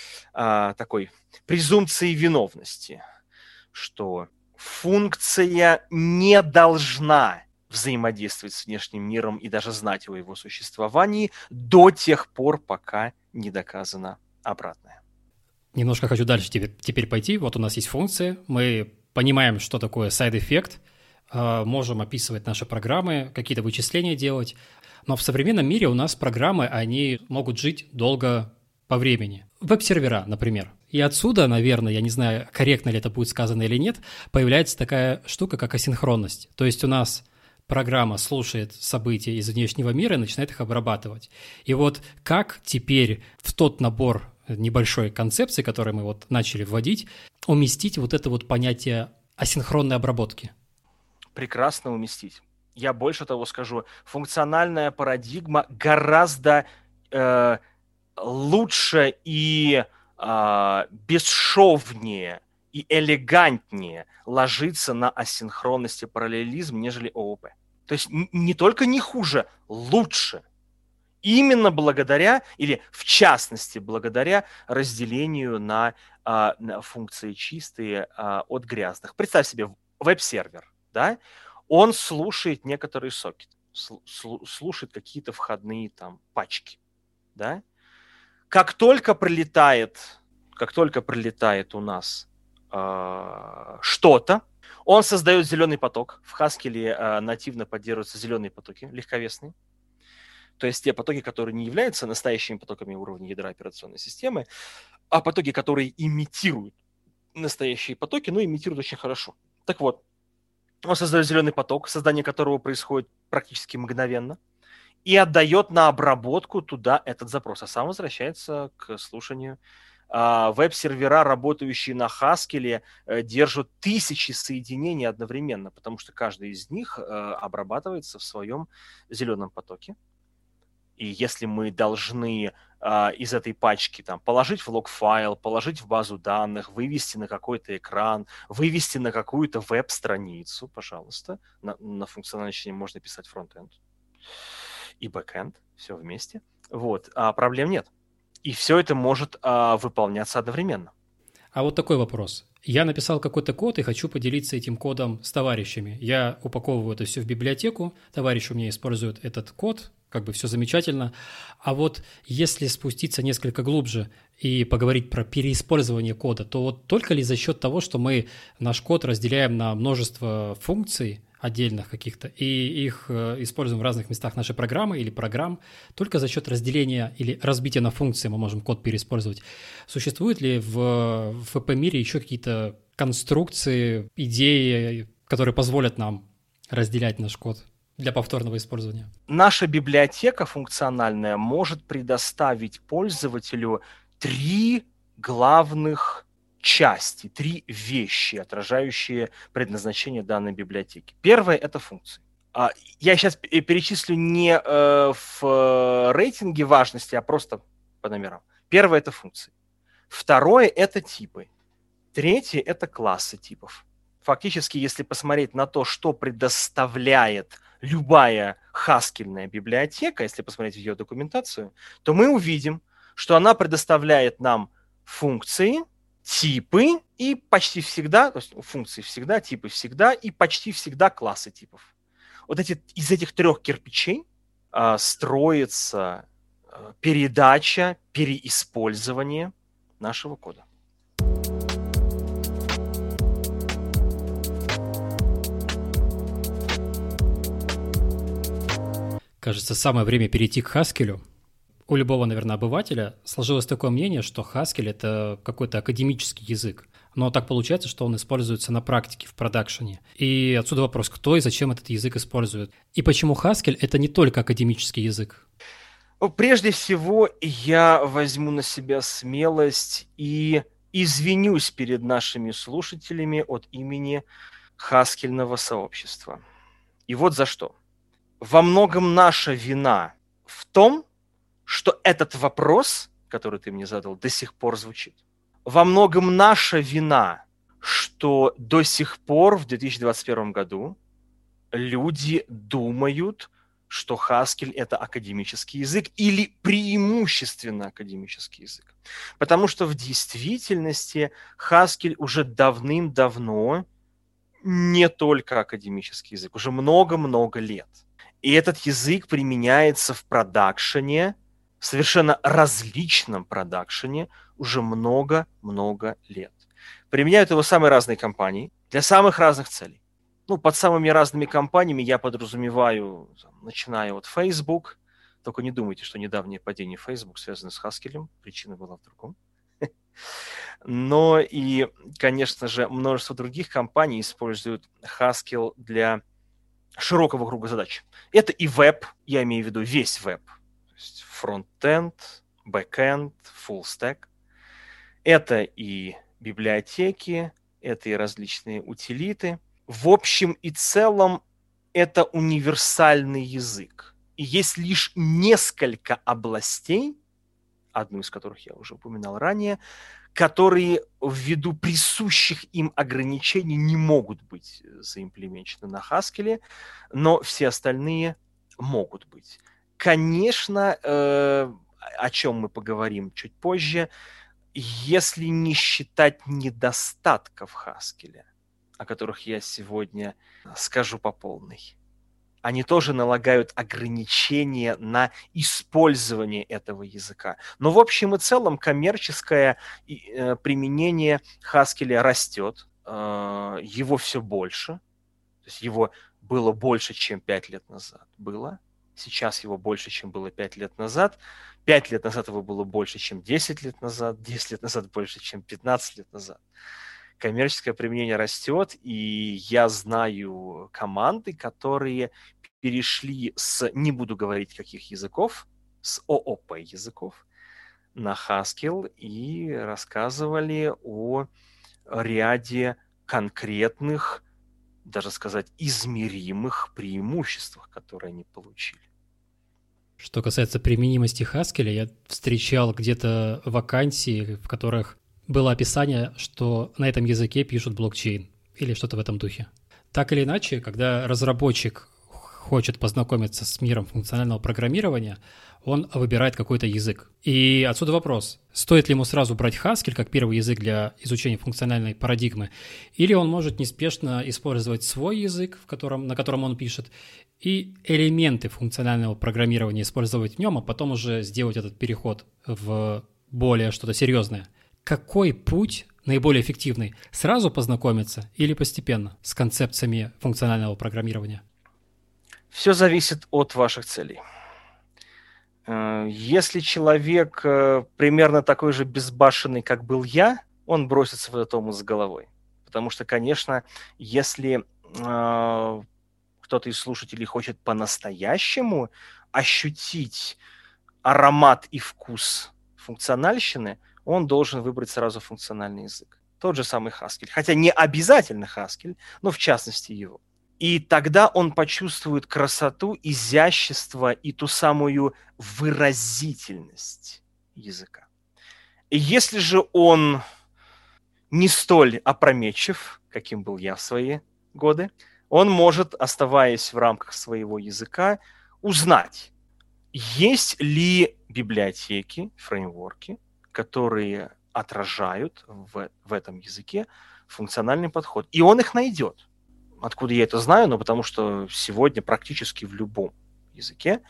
такой презумпции виновности, что функция не должна взаимодействовать с внешним миром и даже знать о его существовании до тех пор, пока не доказано обратное. Немножко хочу дальше теперь пойти. Вот у нас есть функция, мы понимаем, что такое сайд-эффект, можем описывать наши программы, какие-то вычисления делать. Но в современном мире у нас программы, они могут жить долго по времени. Веб-сервера, например. И отсюда, наверное, я не знаю, корректно ли это будет сказано или нет, появляется такая штука, как асинхронность. То есть у нас программа слушает события из внешнего мира и начинает их обрабатывать. И вот как теперь в тот набор небольшой концепции, который мы вот начали вводить, уместить вот это вот понятие асинхронной обработки? Прекрасно уместить. Я больше того скажу, функциональная парадигма гораздо лучше и бесшовнее и элегантнее ложится на асинхронность и параллелизм, нежели ООП. То есть не только не хуже, лучше. Именно благодаря, или в частности благодаря разделению на функции чистые от грязных. Представь себе веб-сервер, да? Он слушает некоторые сокеты, слушает какие-то входные там пачки, да? Как только прилетает у нас что-то, он создает зеленый поток. В Haskell нативно поддерживаются зеленые потоки, легковесные. То есть те потоки, которые не являются настоящими потоками уровня ядра операционной системы, а потоки, которые имитируют настоящие потоки, но имитируют очень хорошо. Так вот, он создает зеленый поток, создание которого происходит практически мгновенно, и отдает на обработку туда этот запрос, а сам возвращается к слушанию. Веб-сервера, работающие на Haskell, держат тысячи соединений одновременно, потому что каждый из них обрабатывается в своем зеленом потоке. И если мы должны из этой пачки там, положить в лог-файл, положить в базу данных, вывести на какой-то экран, вывести на какую-то веб-страницу, пожалуйста, на функциональной части можно писать фронт-энд и бэк-энд, все вместе. Вот, проблем нет. И все это может выполняться одновременно. А вот такой вопрос. Я написал какой-то код и хочу поделиться этим кодом с товарищами. Я упаковываю это все в библиотеку, товарищ у меня использует этот код, как бы все замечательно. А вот если спуститься несколько глубже и поговорить про переиспользование кода, то вот только ли за счет того, что мы наш код разделяем на множество функций отдельных каких-то, и их используем в разных местах нашей программы или программ, только за счет разделения или разбития на функции мы можем код переиспользовать. Существует ли в ФП-мире еще какие-то конструкции, идеи, которые позволят нам разделять наш код для повторного использования? Наша библиотека функциональная может предоставить пользователю 3 главных части, 3 вещи, отражающие предназначение данной библиотеки. Первое – это функции. Я сейчас перечислю не в рейтинге важности, а просто по номерам. Первое – это функции. Второе – это типы. Третье – это классы типов. Фактически, если посмотреть на то, что предоставляет любая хаскельная библиотека, если посмотреть в ее документацию, то мы увидим, что она предоставляет нам функции, типы и почти всегда, то есть функции всегда, типы всегда и почти всегда классы типов. Вот из этих 3 кирпичей строится передача, переиспользование нашего кода. Кажется, самое время перейти к Haskell. У любого, наверное, обывателя сложилось такое мнение, что Haskell — это какой-то академический язык. Но так получается, что он используется на практике, в продакшене. И отсюда вопрос, кто и зачем этот язык использует. И почему Haskell — это не только академический язык? Прежде всего, я возьму на себя смелость и извинюсь перед нашими слушателями от имени хаскельного сообщества. И вот за что. Во многом наша вина в том, что этот вопрос, который ты мне задал, до сих пор звучит. Во многом наша вина, что до сих пор в 2021 году люди думают, что Haskell – это академический язык или преимущественно академический язык. Потому что в действительности Haskell уже давным-давно не только академический язык, уже много-много лет. И этот язык применяется в продакшене, в совершенно различном продакшене уже много-много лет. Применяют его самые разные компании для самых разных целей. Под самыми разными компаниями я подразумеваю, начиная от Facebook, только не думайте, что недавнее падение Facebook связано с Haskell, причина была в другом. Но и, конечно же, множество других компаний используют Haskell для широкого круга задач. Это и веб, я имею в виду весь веб, то есть фронт-энд, бэк-энд, фулл-стэк. Это и библиотеки, это и различные утилиты. В общем и целом, это универсальный язык. И есть лишь несколько областей, одну из которых я уже упоминал ранее, которые ввиду присущих им ограничений не могут быть заимплементированы на Haskell, но все остальные могут быть. Конечно, о чем мы поговорим чуть позже, если не считать недостатков Haskell, о которых я сегодня скажу по полной, они тоже налагают ограничения на использование этого языка. Но в общем и целом коммерческое применение Haskell растет, его все больше. То есть его было больше, чем 5 лет назад было. Сейчас его больше, чем было 5 лет назад. 5 лет назад его было больше, чем 10 лет назад. 10 лет назад больше, чем 15 лет назад. Коммерческое применение растет, и я знаю команды, которые перешли с, не буду говорить каких языков, с ООП языков на Haskell и рассказывали о ряде конкретных, даже сказать, измеримых преимуществах, которые они получили. Что касается применимости Haskell, я встречал где-то вакансии, в которых было описание, что на этом языке пишут блокчейн или что-то в этом духе. Так или иначе, когда разработчик хочет познакомиться с миром функционального программирования, он выбирает какой-то язык. И отсюда вопрос, стоит ли ему сразу брать Haskell как первый язык для изучения функциональной парадигмы, или он может неспешно использовать свой язык, на котором он пишет, и элементы функционального программирования использовать в нем, а потом уже сделать этот переход в более что-то серьезное. Какой путь наиболее эффективный? Сразу познакомиться или постепенно с концепциями функционального программирования? Все зависит от ваших целей. Если человек примерно такой же безбашенный, как был я, он бросится в этот омут с головой. Потому что, конечно, если кто-то из слушателей хочет по-настоящему ощутить аромат и вкус функциональщины, он должен выбрать сразу функциональный язык. Тот же самый Haskell. Хотя не обязательно Haskell, но в частности его. И тогда он почувствует красоту, изящество и ту самую выразительность языка. И если же он не столь опрометчив, каким был я в свои годы, он может, оставаясь в рамках своего языка, узнать, есть ли библиотеки, фреймворки, которые отражают в этом языке функциональный подход. И он их найдет. Откуда я это знаю? Ну, потому что сегодня практически в любом языке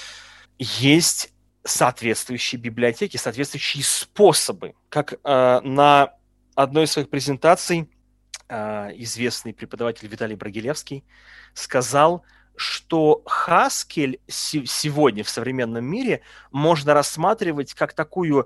есть соответствующие библиотеки, соответствующие способы. Как на одной из своих презентаций известный преподаватель Виталий Брагилевский сказал, что Haskell сегодня в современном мире можно рассматривать как такую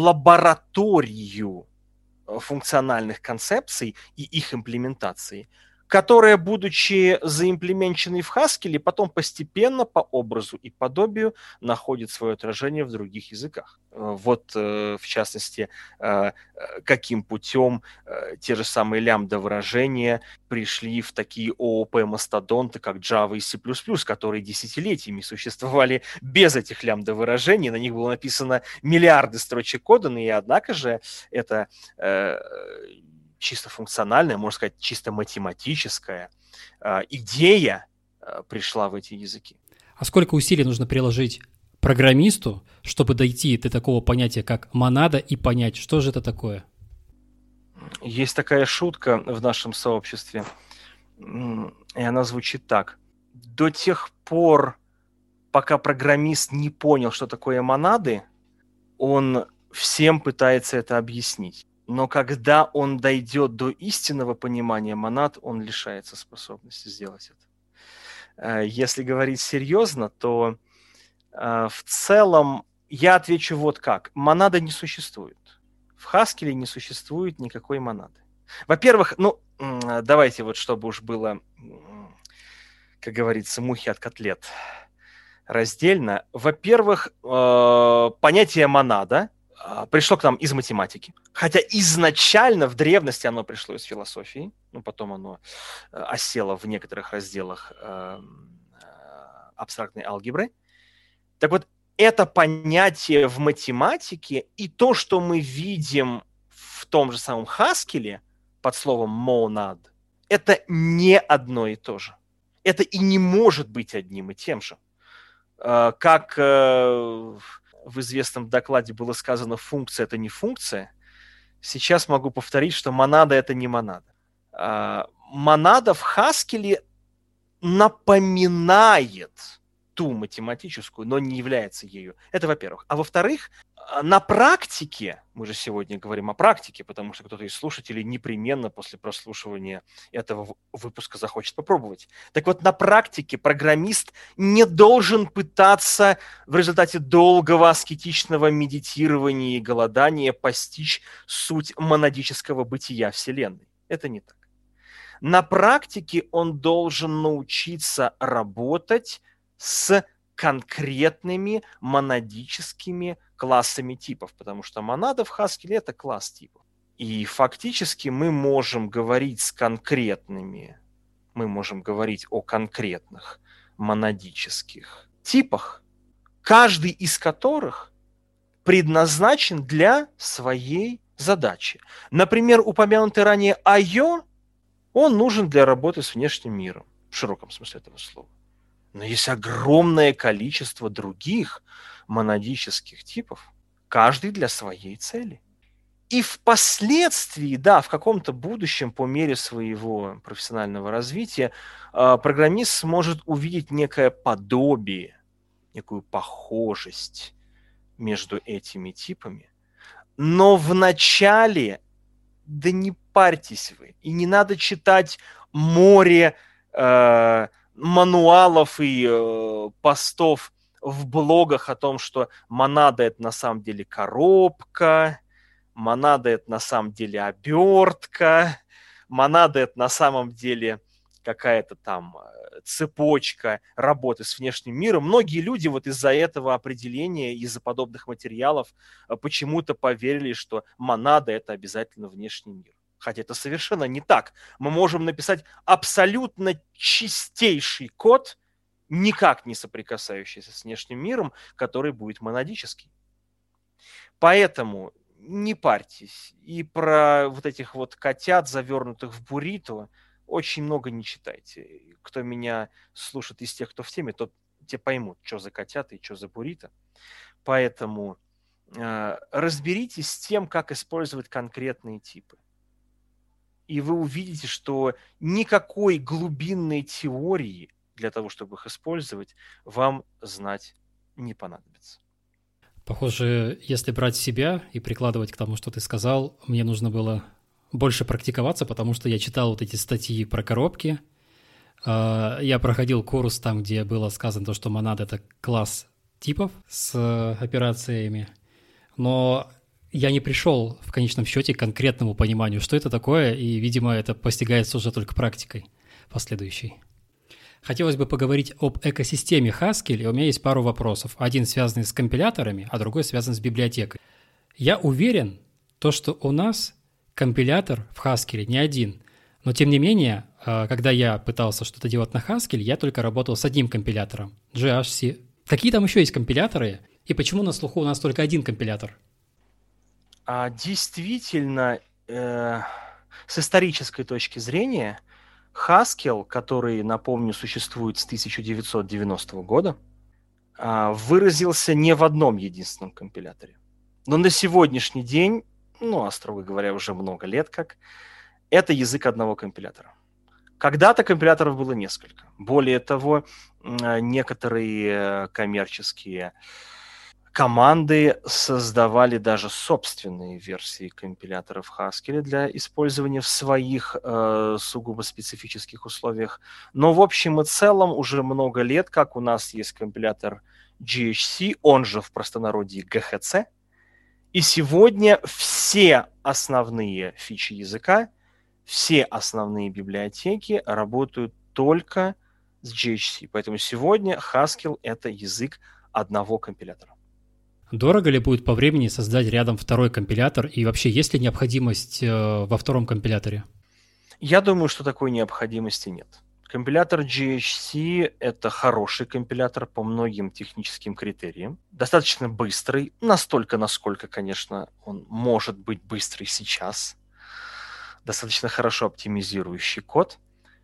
лабораторию функциональных концепций и их имплементации, которая, будучи заимплеменченной в Haskell, потом постепенно по образу и подобию находит свое отражение в других языках. Вот, в частности, каким путем те же самые лямбда-выражения пришли в такие ООП-мастодонты, как Java и C++, которые десятилетиями существовали без этих лямбда-выражений. На них было написано миллиарды строчек кода, и однако же это чисто функциональная, можно сказать, чисто математическая идея пришла в эти языки. А сколько усилий нужно приложить программисту, чтобы дойти до такого понятия, как монада, и понять, что же это такое? Есть такая шутка в нашем сообществе, и она звучит так. До тех пор, пока программист не понял, что такое монады, он всем пытается это объяснить. Но когда он дойдет до истинного понимания монад, он лишается способности сделать это. Если говорить серьезно, то в целом я отвечу вот как. Монада не существует. В Haskell не существует никакой монады. Во-первых, давайте вот, чтобы уж было, как говорится, мухи от котлет раздельно. Во-первых, понятие монада пришло к нам из математики. Хотя изначально в древности оно пришло из философии, потом оно осело в некоторых разделах абстрактной алгебры. Так вот, это понятие в математике и то, что мы видим в том же самом Haskell под словом monad, это не одно и то же. Это и не может быть одним и тем же. Как в известном докладе было сказано, функция – это не функция. Сейчас могу повторить, что монада – это не монада. Монада в Haskell напоминает ту математическую, но не является ею. Это во-первых. А во-вторых, на практике, мы же сегодня говорим о практике, потому что кто-то из слушателей непременно после прослушивания этого выпуска захочет попробовать. Так вот, на практике программист не должен пытаться в результате долгого аскетичного медитирования и голодания постичь суть монадического бытия Вселенной. Это не так. На практике он должен научиться работать с конкретными монадическими классами типов, потому что монада в Haskell – это класс типов. И фактически мы можем говорить о конкретных монадических типах, каждый из которых предназначен для своей задачи. Например, упомянутый ранее I/O, он нужен для работы с внешним миром, в широком смысле этого слова. Но есть огромное количество других монадических типов, каждый для своей цели. И впоследствии, да, в каком-то будущем, по мере своего профессионального развития, программист сможет увидеть некое подобие, некую похожесть между этими типами. Но в начале, да не парьтесь вы, и не надо читать море мануалов и постов в блогах о том, что монада – это на самом деле коробка, монада – это на самом деле обертка, монада – это на самом деле какая-то там цепочка работы с внешним миром. Многие люди вот из-за этого определения, из-за подобных материалов почему-то поверили, что монада – это обязательно внешний мир. Хотя это совершенно не так. Мы можем написать абсолютно чистейший код, никак не соприкасающийся с внешним миром, который будет монадический. Поэтому не парьтесь. И про вот этих вот котят, завернутых в буррито, очень много не читайте. Кто меня слушает из тех, кто в теме, то те поймут, что за котята и что за буррито. Поэтому разберитесь с тем, как использовать конкретные типы. И вы увидите, что никакой глубинной теории для того, чтобы их использовать, вам знать не понадобится. Похоже, если брать себя и прикладывать к тому, что ты сказал, мне нужно было больше практиковаться, потому что я читал вот эти статьи про коробки. Я проходил курс там, где было сказано то, что монада — это класс типов с операциями. Но я не пришел в конечном счете к конкретному пониманию, что это такое, и, видимо, это постигается уже только практикой последующей. Хотелось бы поговорить об экосистеме Haskell, и у меня есть пару вопросов. Один связанный с компиляторами, а другой связан с библиотекой. Я уверен, что у нас компилятор в Haskell не один, но тем не менее, когда я пытался что-то делать на Haskell, я только работал с одним компилятором – GHC. Какие там еще есть компиляторы, и почему на слуху у нас только один компилятор? Действительно, с исторической точки зрения, Haskell, который, напомню, существует с 1990 года, выразился не в одном единственном компиляторе. Но на сегодняшний день, строго говоря, уже много лет как, это язык одного компилятора. Когда-то компиляторов было несколько. Более того, некоторые коммерческие команды создавали даже собственные версии компиляторов Haskell для использования в своих сугубо специфических условиях. Но в общем и целом уже много лет, как у нас есть компилятор GHC, он же в простонародье GHC, и сегодня все основные фичи языка, все основные библиотеки работают только с GHC. Поэтому сегодня Haskell – это язык одного компилятора. Дорого ли будет по времени создать рядом второй компилятор, и вообще есть ли необходимость во втором компиляторе? Я думаю, что такой необходимости нет. Компилятор GHC – это хороший компилятор по многим техническим критериям. Достаточно быстрый, настолько, насколько, конечно, он может быть быстрый сейчас. Достаточно хорошо оптимизирующий код.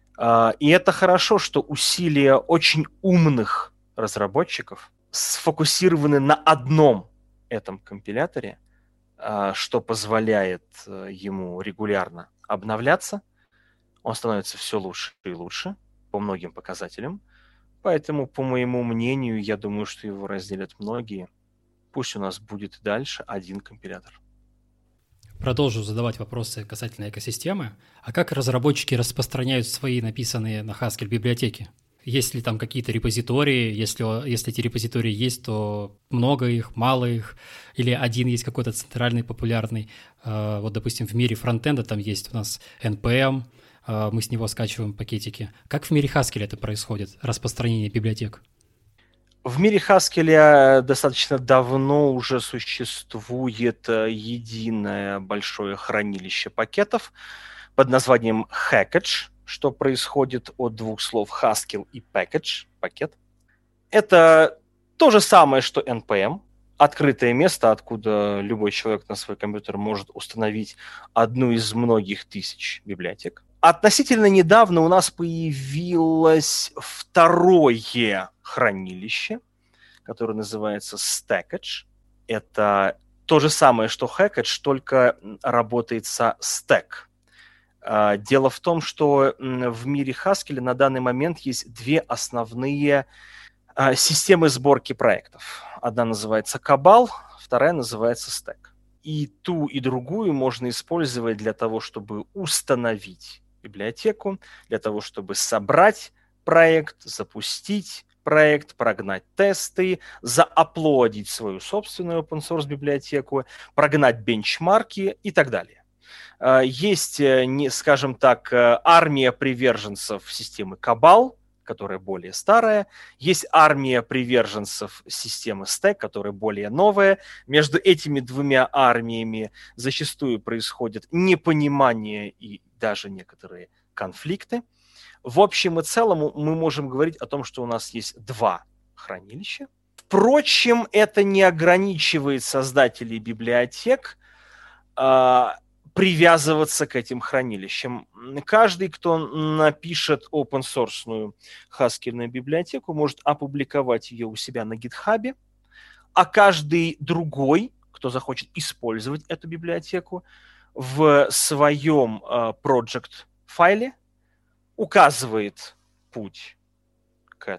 И это хорошо, что усилия очень умных разработчиков сфокусированы на одном этом компиляторе, что позволяет ему регулярно обновляться. Он становится все лучше и лучше по многим показателям. Поэтому, по моему мнению, я думаю, что его разделят многие. Пусть у нас будет и дальше один компилятор. Продолжу задавать вопросы касательно экосистемы. А как разработчики распространяют свои написанные на Haskell библиотеки? Есть ли там какие-то репозитории? Если эти репозитории есть, то много их, мало их? Или один есть какой-то центральный, популярный? Вот, допустим, в мире фронтенда там есть у нас NPM, мы с него скачиваем пакетики. Как в мире Haskell это происходит, распространение библиотек? В мире Haskell достаточно давно уже существует единое большое хранилище пакетов под названием Hackage, что происходит от двух слов Haskell и package, пакет. Это то же самое, что NPM, открытое место, откуда любой человек на свой компьютер может установить одну из многих тысяч библиотек. Относительно недавно у нас появилось второе хранилище, которое называется Stackage. Это то же самое, что Hackage, только работает со Stack. Дело в том, что в мире Haskell на данный момент есть две основные системы сборки проектов. Одна называется Cabal, вторая называется Stack. И ту, и другую можно использовать для того, чтобы установить библиотеку, для того, чтобы собрать проект, запустить проект, прогнать тесты, зааплодить свою собственную open-source библиотеку, прогнать бенчмарки и так далее. Есть, скажем так, армия приверженцев системы Cabal, которая более старая. Есть армия приверженцев системы Stack, которая более новая. Между этими двумя армиями зачастую происходит непонимание и даже некоторые конфликты. В общем и целом мы можем говорить о том, что у нас есть два хранилища. Впрочем, это не ограничивает создателей библиотек привязываться к этим хранилищам. Каждый, кто напишет open-source Haskell библиотеку, может опубликовать ее у себя на GitHub, а каждый другой, кто захочет использовать эту библиотеку, в своем project-файле указывает путь к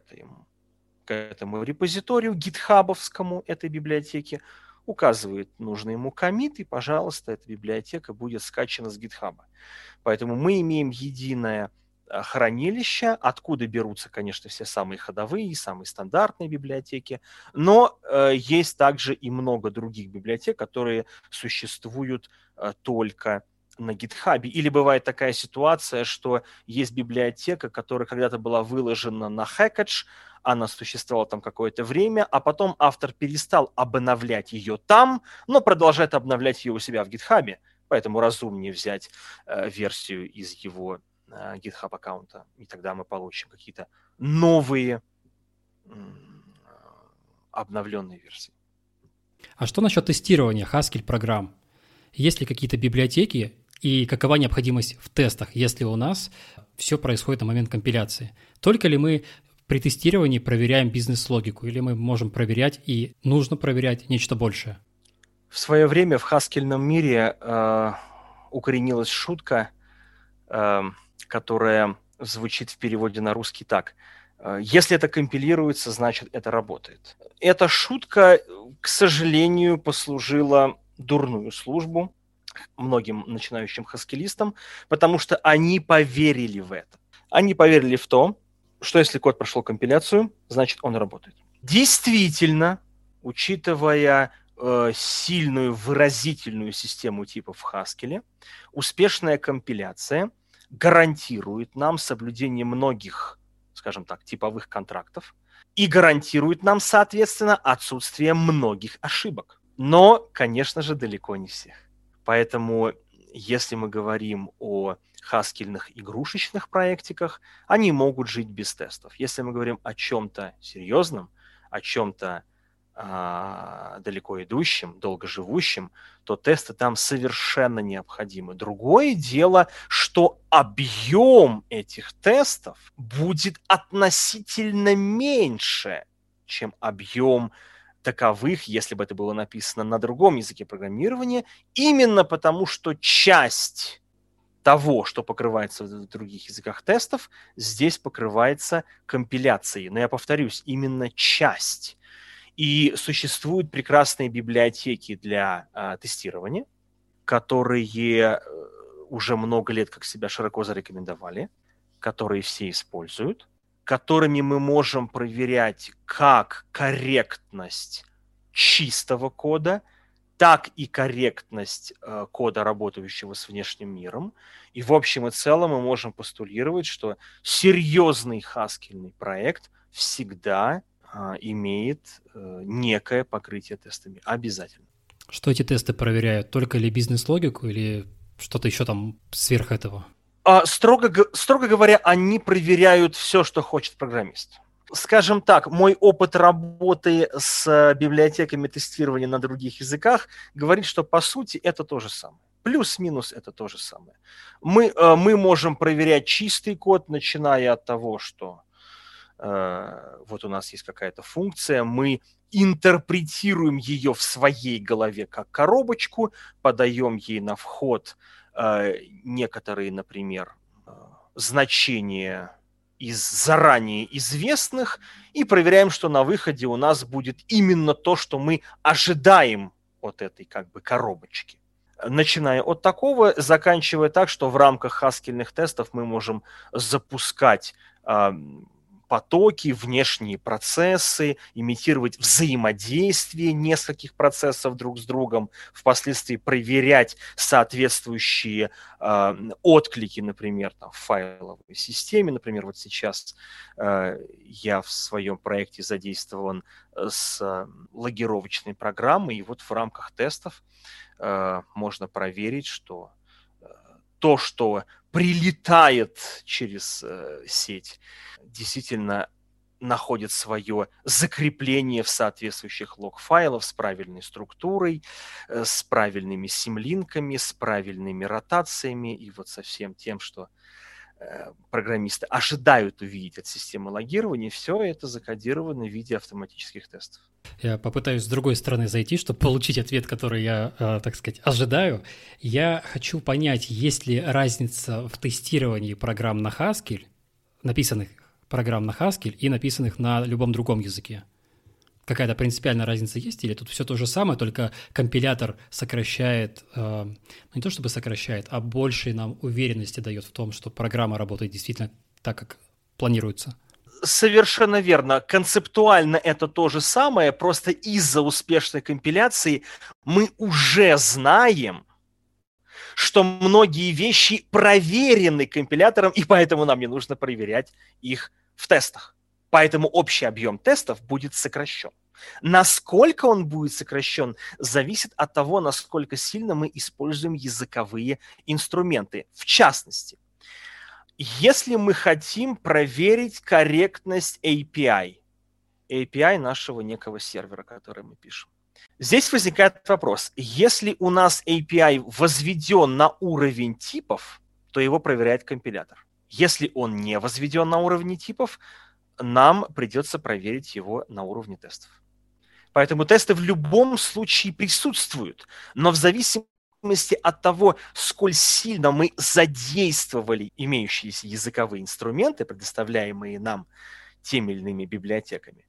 этому репозиторию гитхабовскому этой библиотеки, указывает нужный ему коммит, и, пожалуйста, эта библиотека будет скачана с GitHub. Поэтому мы имеем единое хранилище, откуда берутся, конечно, все самые ходовые, самые стандартные библиотеки, но есть также и много других библиотек, которые существуют только на GitHub. Или бывает такая ситуация, что есть библиотека, которая когда-то была выложена на Hackage, она существовала там какое-то время, а потом автор перестал обновлять ее там, но продолжает обновлять ее у себя в GitHub, поэтому разумнее взять версию из его GitHub аккаунта, и тогда мы получим какие-то новые обновленные версии. А что насчет тестирования Haskell программ? Есть ли какие-то библиотеки и какова необходимость в тестах, если у нас все происходит на момент компиляции? Только ли мы при тестировании проверяем бизнес-логику, или мы можем проверять и нужно проверять нечто большее? В свое время в хаскельном мире укоренилась шутка, которая звучит в переводе на русский так: если это компилируется, значит это работает. Эта шутка, к сожалению, послужила дурную службу многим начинающим хаскелистам, потому что они поверили в это. Они поверили в то, что если код прошел компиляцию, значит он работает. Действительно, учитывая сильную выразительную систему типов в Haskell, успешная компиляция гарантирует нам соблюдение многих, скажем так, типовых контрактов и гарантирует нам, соответственно, отсутствие многих ошибок. Но, конечно же, далеко не всех. Поэтому, если мы говорим о хаскельных игрушечных проектиках, они могут жить без тестов. Если мы говорим о чем-то серьезном, о чем-то далеко идущем, долгоживущем, то тесты там совершенно необходимы. Другое дело, что объем этих тестов будет относительно меньше, чем объем таковых, если бы это было написано на другом языке программирования, именно потому, что часть того, что покрывается в других языках тестов, здесь покрывается компиляцией. Но я повторюсь, именно часть. И существуют прекрасные библиотеки для тестирования, которые уже много лет как себя широко зарекомендовали, которые все используют, которыми мы можем проверять как корректность чистого кода, так и корректность кода, работающего с внешним миром. И в общем и целом мы можем постулировать, что серьезный хаскельный проект всегда имеет некое покрытие тестами. Обязательно. Что эти тесты проверяют? Только ли бизнес-логику или что-то еще там сверх этого? Строго говоря, они проверяют все, что хочет программист. Скажем так, мой опыт работы с библиотеками тестирования на других языках говорит, что по сути это то же самое. Плюс-минус это то же самое. Мы можем проверять чистый код, начиная от того, что вот у нас есть какая-то функция, мы интерпретируем ее в своей голове как коробочку, подаем ей на вход некоторые, например, значения из заранее известных и проверяем, что на выходе у нас будет именно то, что мы ожидаем от этой как бы коробочки. Начиная от такого, заканчивая так, что в рамках хаскельных тестов мы можем запускать потоки, внешние процессы, имитировать взаимодействие нескольких процессов друг с другом, впоследствии проверять соответствующие отклики, например, там, в файловой системе. Например, вот сейчас я в своем проекте задействован с логировочной программой, и вот в рамках тестов можно проверить, что то, что прилетает через сеть, действительно находит свое закрепление в соответствующих лог-файлах с правильной структурой, с правильными симлинками, с правильными ротациями и вот со всем тем, что программисты ожидают увидеть от системы логирования. Все это закодировано в виде автоматических тестов. Я попытаюсь с другой стороны зайти, чтобы получить ответ, который я, так сказать, ожидаю. Я хочу понять, есть ли разница в тестировании программ на Haskell, написанных программ на Haskell и написанных на любом другом языке. Какая-то принципиальная разница есть, или тут все то же самое, только компилятор сокращает, не то чтобы сокращает, а больше нам уверенности дает в том, что программа работает действительно так, как планируется? Совершенно верно. Концептуально это то же самое, просто из-за успешной компиляции мы уже знаем, что многие вещи проверены компилятором, и поэтому нам не нужно проверять их в тестах. Поэтому общий объем тестов будет сокращен. Насколько он будет сокращен, зависит от того, насколько сильно мы используем языковые инструменты. В частности, если мы хотим проверить корректность API нашего некого сервера, который мы пишем, здесь возникает вопрос. Если у нас API возведен на уровень типов, то его проверяет компилятор. Если он не возведен на уровне типов, нам придется проверить его на уровне тестов. Поэтому тесты в любом случае присутствуют, но в зависимости от того, сколь сильно мы задействовали имеющиеся языковые инструменты, предоставляемые нам теми или иными библиотеками,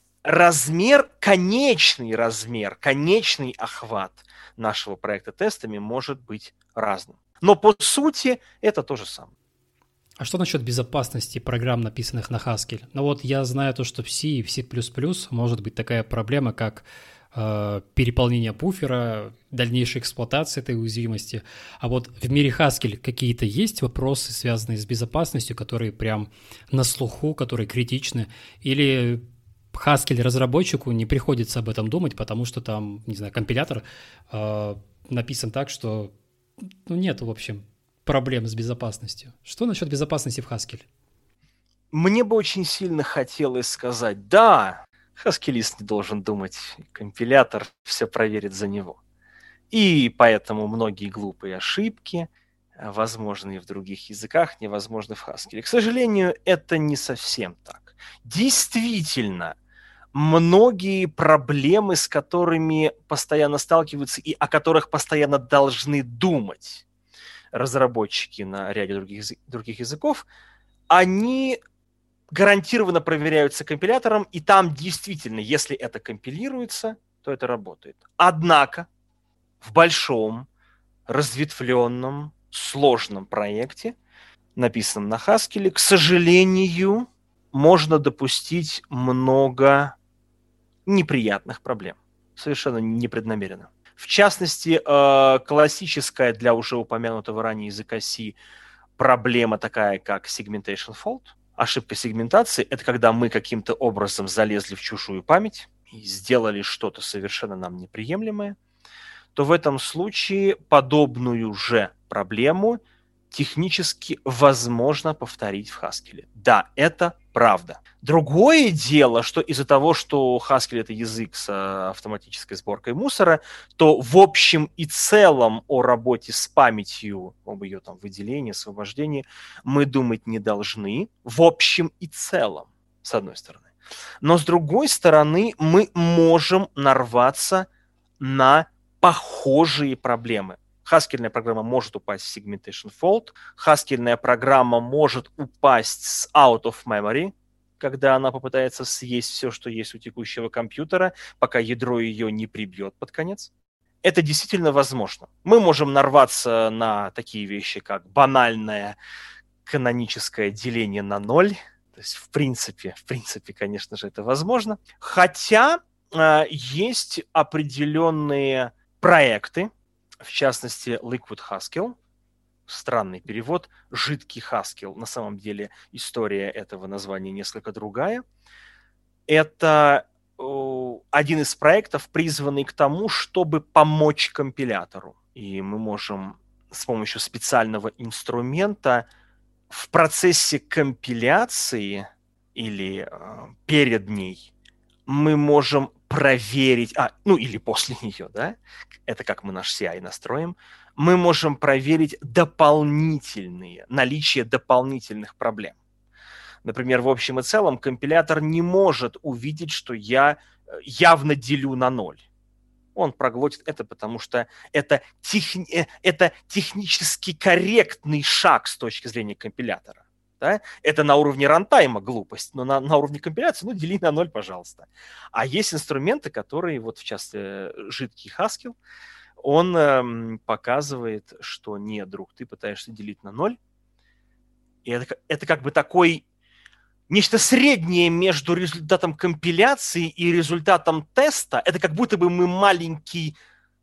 конечный охват нашего проекта тестами может быть разным. Но по сути это то же самое. А что насчет безопасности программ, написанных на Haskell? Ну вот я знаю то, что в C и в C++ может быть такая проблема, как переполнение буфера, дальнейшая эксплуатация этой уязвимости. А вот в мире Haskell какие-то есть вопросы, связанные с безопасностью, которые прям на слуху, которые критичны? Или Haskell-разработчику не приходится об этом думать, потому что там, не знаю, компилятор написан так, что нет, в общем, проблем с безопасностью. Что насчет безопасности в Haskell? Мне бы очень сильно хотелось сказать, да, хаскелист не должен думать, компилятор все проверит за него. И поэтому многие глупые ошибки, возможные в других языках, невозможны в Haskell. К сожалению, это не совсем так. Действительно, многие проблемы, с которыми постоянно сталкиваются и о которых постоянно должны думать разработчики на ряде других языков, они гарантированно проверяются компилятором, и там действительно, если это компилируется, то это работает. Однако в большом, разветвленном, сложном проекте, написанном на Haskell, к сожалению, можно допустить много неприятных проблем, совершенно непреднамеренно. В частности, классическая для уже упомянутого ранее языка C проблема такая, как segmentation fault. Ошибка сегментации – это когда мы каким-то образом залезли в чужую память и сделали что-то совершенно нам неприемлемое, то в этом случае подобную же проблему технически возможно повторить в Haskell. Да, это правда. Другое дело, что из-за того, что Haskell — это язык с автоматической сборкой мусора, то в общем и целом о работе с памятью, об ее там выделении, освобождении мы думать не должны. В общем и целом, с одной стороны. Но с другой стороны, мы можем нарваться на похожие проблемы. Хаскельная программа может упасть в segmentation fault, хаскельная программа может упасть с out of memory, когда она попытается съесть все, что есть у текущего компьютера, пока ядро ее не прибьет под конец. Это действительно возможно. Мы можем нарваться на такие вещи, как банальное каноническое деление на 0. То есть, в принципе, конечно же, это возможно. Хотя есть определенные проекты, в частности, Liquid Haskell, странный перевод, жидкий Haskell. На самом деле история этого названия несколько другая. Это один из проектов, призванный к тому, чтобы помочь компилятору. И мы можем с помощью специального инструмента в процессе компиляции или перед ней мы можем проверить, или после нее, да, это как мы наш CI настроим, мы можем проверить наличие дополнительных проблем. Например, в общем и целом компилятор не может увидеть, что я явно делю на 0. Он проглотит это, потому что это технически корректный шаг с точки зрения компилятора. Да? Это на уровне рантайма глупость, но на уровне компиляции, дели на 0, пожалуйста. А есть инструменты, которые, вот в частности, жидкий Haskell, он показывает, что нет, друг, ты пытаешься делить на 0. И это как бы такой нечто среднее между результатом компиляции и результатом теста. Это как будто бы мы маленький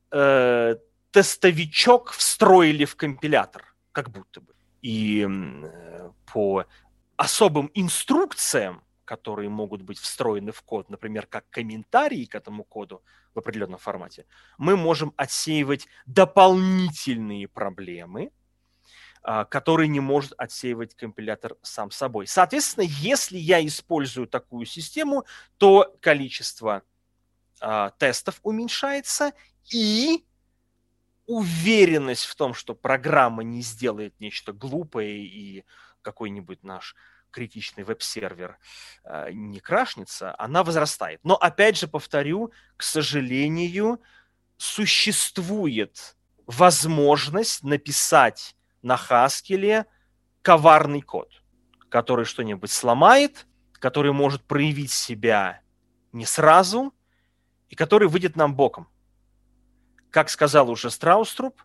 тестовичок встроили в компилятор. Как будто бы. И по особым инструкциям, которые могут быть встроены в код, например, как комментарии к этому коду в определенном формате, мы можем отсеивать дополнительные проблемы, который не может отсеивать компилятор сам собой. Соответственно, если я использую такую систему, то количество тестов уменьшается, и уверенность в том, что программа не сделает нечто глупое и какой-нибудь наш критичный веб-сервер не крашнется, она возрастает. Но опять же повторю, к сожалению, существует возможность написать на Haskell коварный код, который что-нибудь сломает, который может проявить себя не сразу и который выйдет нам боком. Как сказал уже Страуструп,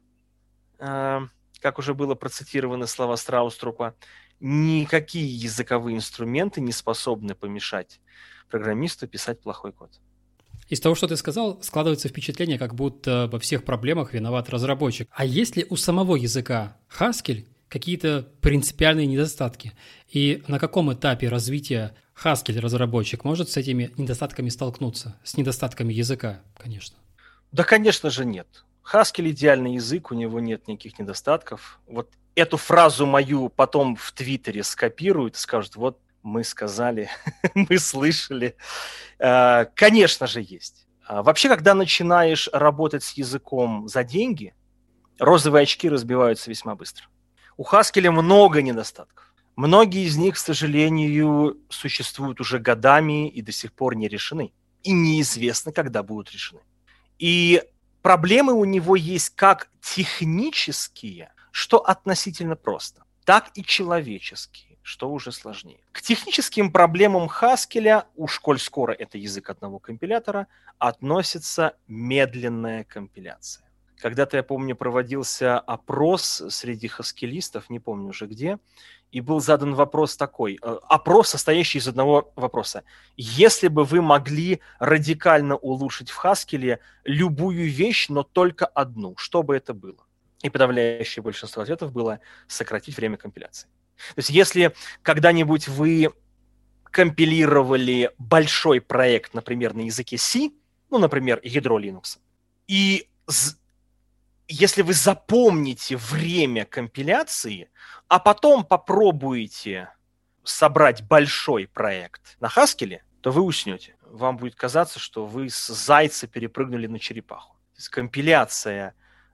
как уже было процитировано слова Страуструпа, никакие языковые инструменты не способны помешать программисту писать плохой код. Из того, что ты сказал, складывается впечатление, как будто во всех проблемах виноват разработчик. А есть ли у самого языка Haskell какие-то принципиальные недостатки? И на каком этапе развития Haskell разработчик может с этими недостатками столкнуться? С недостатками языка, конечно. Да, конечно же, нет. Haskell идеальный язык, у него нет никаких недостатков. Вот эту фразу мою потом в Твиттере скопируют и скажут, вот мы сказали, мы слышали. Конечно же, есть. Вообще, когда начинаешь работать с языком за деньги, розовые очки разбиваются весьма быстро. У Haskell много недостатков. Многие из них, к сожалению, существуют уже годами и до сих пор не решены. И неизвестно, когда будут решены. И проблемы у него есть как технические, что относительно просто, так и человеческие, что уже сложнее. К техническим проблемам Haskell, уж коль скоро это язык одного компилятора, относится медленная компиляция. Когда-то, я помню, проводился опрос среди хаскелистов, не помню уже где, и был задан вопрос такой, опрос, состоящий из одного вопроса. Если бы вы могли радикально улучшить в Haskell любую вещь, но только одну, что бы это было? И подавляющее большинство ответов было сократить время компиляции. То есть если когда-нибудь вы компилировали большой проект, например, на языке C, например, ядро Linux, и если вы запомните время компиляции, а потом попробуете собрать большой проект на Haskell, то вы уснете. Вам будет казаться, что вы с зайца перепрыгнули на черепаху. То есть компиляция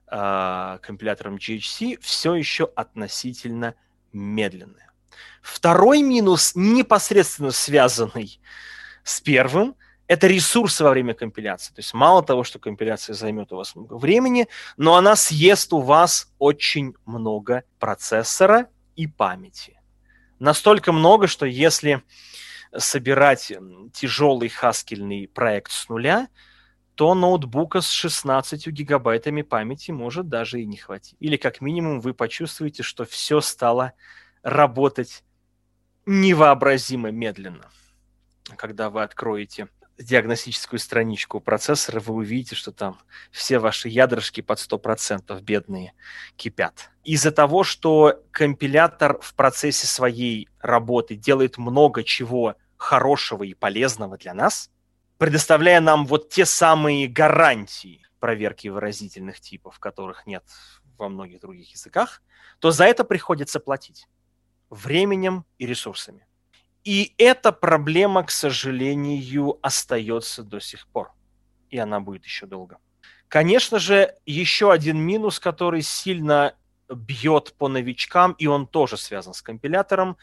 компилятором GHC все еще относительно медленная. Второй минус, непосредственно связанный с первым, это ресурсы во время компиляции. То есть мало того, что компиляция займет у вас много времени, но она съест у вас очень много процессора и памяти. Настолько много, что если собирать тяжелый хаскельный проект с нуля, то ноутбука с 16 гигабайтами памяти может даже и не хватить. Или как минимум вы почувствуете, что все стало работать невообразимо медленно. Когда вы откроете диагностическую страничку процессора, вы увидите, что там все ваши ядрышки под 100% бедные кипят. Из-за того, что компилятор в процессе своей работы делает много чего хорошего и полезного для нас, предоставляя нам вот те самые гарантии проверки выразительных типов, которых нет во многих других языках, то за это приходится платить временем и ресурсами. И эта проблема, к сожалению, остается до сих пор. И она будет еще долго. Конечно же, еще один минус, который сильно бьет по новичкам, и он тоже связан с компилятором,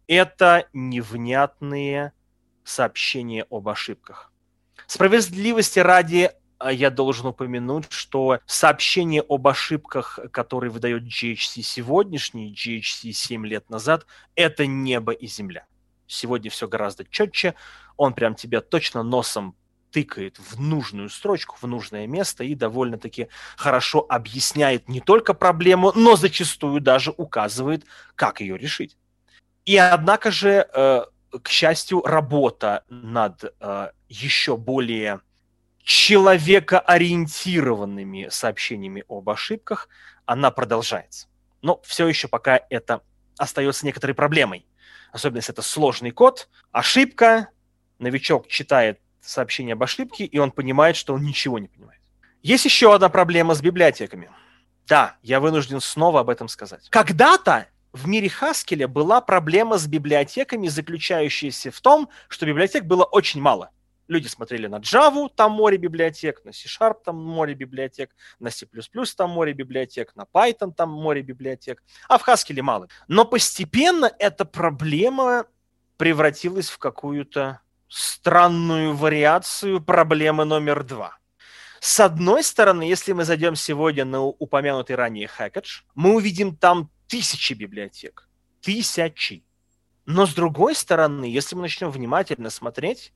это невнятные сообщения об ошибках. Справедливости ради, я должен упомянуть, что сообщение об ошибках, которые выдает GHC сегодняшний, GHC 7 лет назад, это небо и земля. Сегодня все гораздо четче, он прям тебя точно носом тыкает в нужную строчку, в нужное место и довольно-таки хорошо объясняет не только проблему, но зачастую даже указывает, как ее решить. И однако же, к счастью, работа над еще более человекоориентированными сообщениями об ошибках, она продолжается. Но все еще пока это остается некоторой проблемой. Особенно если это сложный код, ошибка, новичок читает сообщение об ошибке, и он понимает, что он ничего не понимает. Есть еще одна проблема с библиотеками. Да, я вынужден снова об этом сказать. Когда-то в мире Haskell была проблема с библиотеками, заключающаяся в том, что библиотек было очень мало. Люди смотрели на Java, там море библиотек, на C#, там море библиотек, на C++ там море библиотек, на Python там море библиотек, а в Haskell мало. Но постепенно эта проблема превратилась в какую-то странную вариацию проблемы номер 2. С одной стороны, если мы зайдем сегодня на упомянутый ранее Hackage, мы увидим там тысячи библиотек. Тысячи. Но с другой стороны, если мы начнем внимательно смотреть,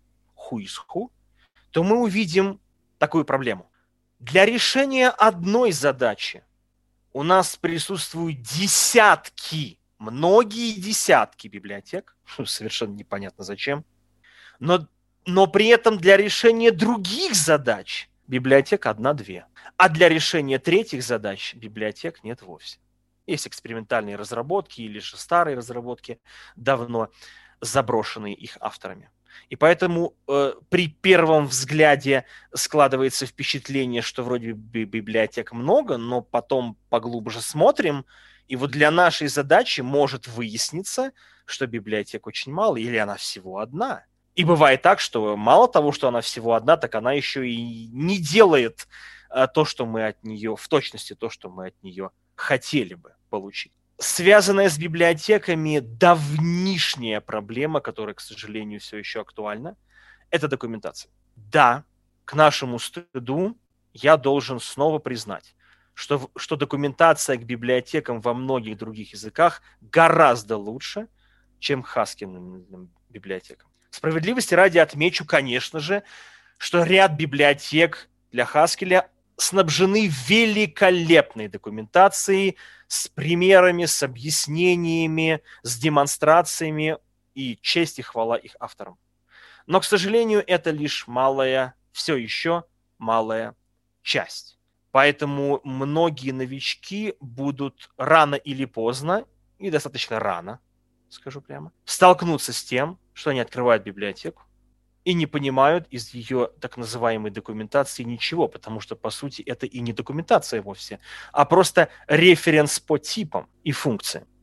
то мы увидим такую проблему. Для решения одной задачи у нас присутствуют десятки, многие десятки библиотек, совершенно непонятно зачем, но при этом для решения других задач библиотек 1-2, а для решения третьих задач библиотек нет вовсе. Есть экспериментальные разработки или же старые разработки, давно заброшенные их авторами. И поэтому при первом взгляде складывается впечатление, что вроде бы библиотек много, но потом поглубже смотрим, и вот для нашей задачи может выясниться, что библиотек очень мало, или она всего одна. И бывает так, что мало того, что она всего одна, так она еще и не делает то, что мы от нее, в точности то, что мы от нее хотели бы получить. Связанная с библиотеками давнишняя проблема, которая, к сожалению, все еще актуальна, это документация. Да, к нашему стыду я должен снова признать, что документация к библиотекам во многих других языках гораздо лучше, чем Haskell библиотекам. Справедливости ради отмечу, конечно же, что ряд библиотек для Haskell снабжены великолепной документацией с примерами, с объяснениями, с демонстрациями, и честь и хвала их авторам. Но, к сожалению, это лишь малая, все еще малая часть. Поэтому многие новички будут рано или поздно, и достаточно рано, скажу прямо, столкнуться с тем, что они открывают библиотеку и не понимают из ее так называемой документации ничего, потому что, по сути, это и не документация вовсе, а просто референс по типам и функциям.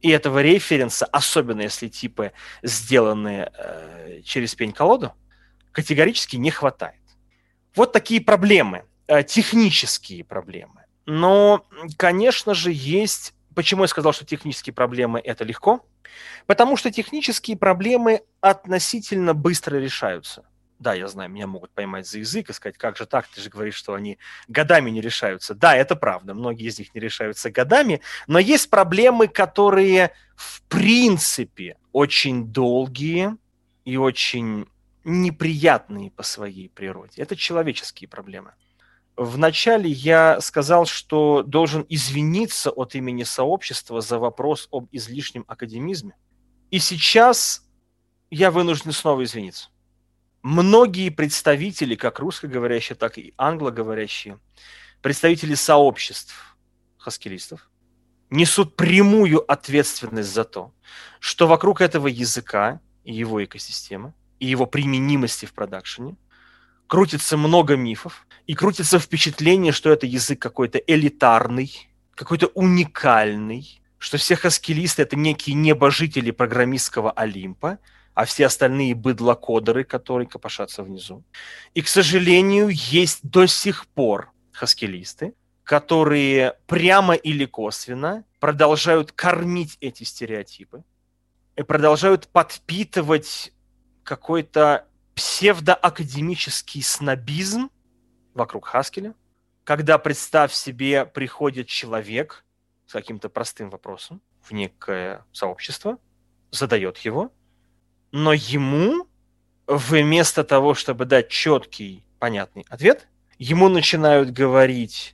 И этого референса, особенно если типы сделаны через пень-колоду, категорически не хватает. Вот такие проблемы, технические проблемы. Но, конечно же, есть... Почему я сказал, что технические проблемы – это легко? Потому что технические проблемы относительно быстро решаются. Да, я знаю, меня могут поймать за язык и сказать, как же так, ты же говоришь, что они годами не решаются. Да, это правда, многие из них не решаются годами, но есть проблемы, которые в принципе очень долгие и очень неприятные по своей природе. Это человеческие проблемы. Вначале я сказал, что должен извиниться от имени сообщества за вопрос об излишнем академизме. И сейчас я вынужден снова извиниться. Многие представители, как русскоговорящие, так и англоговорящие, представители сообществ хаскилистов, несут прямую ответственность за то, что вокруг этого языка и его экосистемы, и его применимости в продакшене крутится много мифов, и крутится впечатление, что это язык какой-то элитарный, какой-то уникальный, что все хаскилисты – это некие небожители программистского Олимпа, а все остальные быдлокодеры, которые копошатся внизу. И, к сожалению, есть до сих пор хаскилисты, которые прямо или косвенно продолжают кормить эти стереотипы и продолжают подпитывать какой-то псевдоакадемический снобизм вокруг Хаскеля, когда, представь себе, приходит человек с каким-то простым вопросом в некое сообщество, задает его, но ему вместо того, чтобы дать четкий, понятный ответ, ему начинают говорить,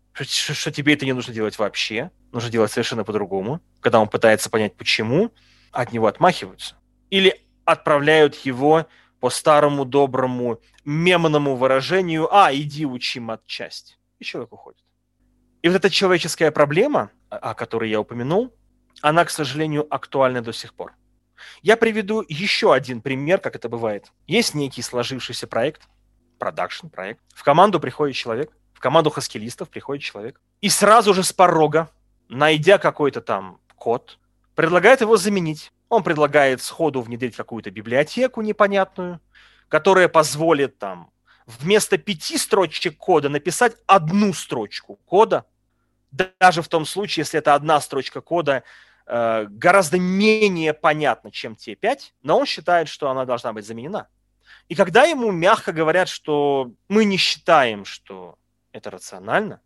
что тебе это не нужно делать вообще, нужно делать совершенно по-другому. Когда он пытается понять, почему, от него отмахиваются. Или отправляют его по старому доброму мемному выражению иди учи матчасть. И человек уходит. И вот эта человеческая проблема, о которой я упомянул, она, к сожалению, актуальна до сих пор. Я приведу еще один пример, как это бывает. Есть некий сложившийся проект, продакшн-проект. В команду приходит человек, в команду хаскилистов приходит человек. И сразу же с порога, найдя какой-то там код, предлагает его заменить. Он предлагает сходу внедрить какую-то библиотеку непонятную, которая позволит там вместо 5 строчек кода написать 1 строчку кода. Даже в том случае, если это 1 строчка кода гораздо менее понятна, чем те 5, но он считает, что она должна быть заменена. И когда ему мягко говорят, что мы не считаем, что это рационально,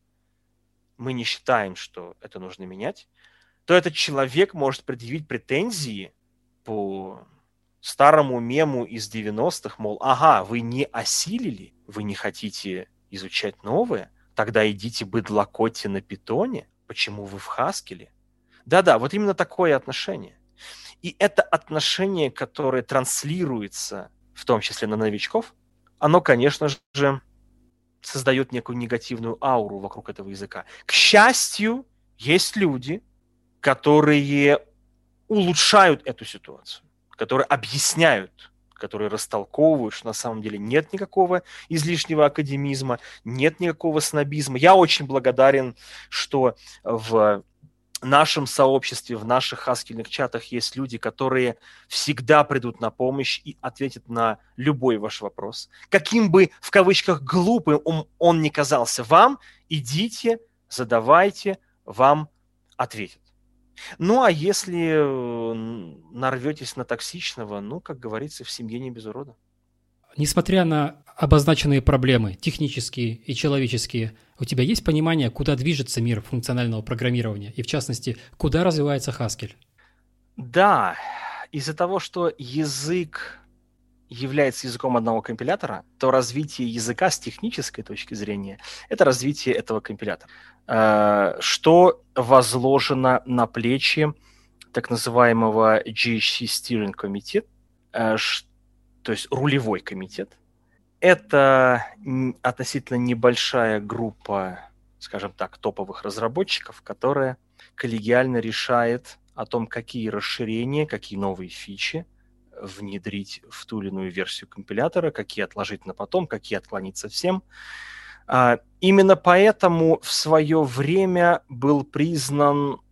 мы не считаем, что это нужно менять, то этот человек может предъявить претензии по старому мему из 90-х, мол, вы не осилили, вы не хотите изучать новое, тогда идите быдлокодьте на питоне, почему вы в Хаскеле? Да-да, вот именно такое отношение. И это отношение, которое транслируется, в том числе на новичков, оно, конечно же, создает некую негативную ауру вокруг этого языка. К счастью, есть люди, которые улучшают эту ситуацию, которые объясняют, которые растолковывают, что на самом деле нет никакого излишнего академизма, нет никакого снобизма. Я очень благодарен, что в нашем сообществе, в наших хаскельных чатах есть люди, которые всегда придут на помощь и ответят на любой ваш вопрос. Каким бы, в кавычках, глупым он ни казался вам, идите, задавайте, вам ответят. Ну, а если нарветесь на токсичного, как говорится, в семье не без урода. Несмотря на обозначенные проблемы, технические и человеческие, у тебя есть понимание, куда движется мир функционального программирования, и в частности, куда развивается Haskell? Да, из-за того, что язык является языком одного компилятора, то развитие языка с технической точки зрения – это развитие этого компилятора, что возложено на плечи так называемого GHC Steering Committee, то есть рулевой комитет. Это относительно небольшая группа, скажем так, топовых разработчиков, которая коллегиально решает о том, какие расширения, какие новые фичи внедрить в ту или иную версию компилятора, какие отложить на потом, какие отклонить совсем. Именно поэтому в свое время был признан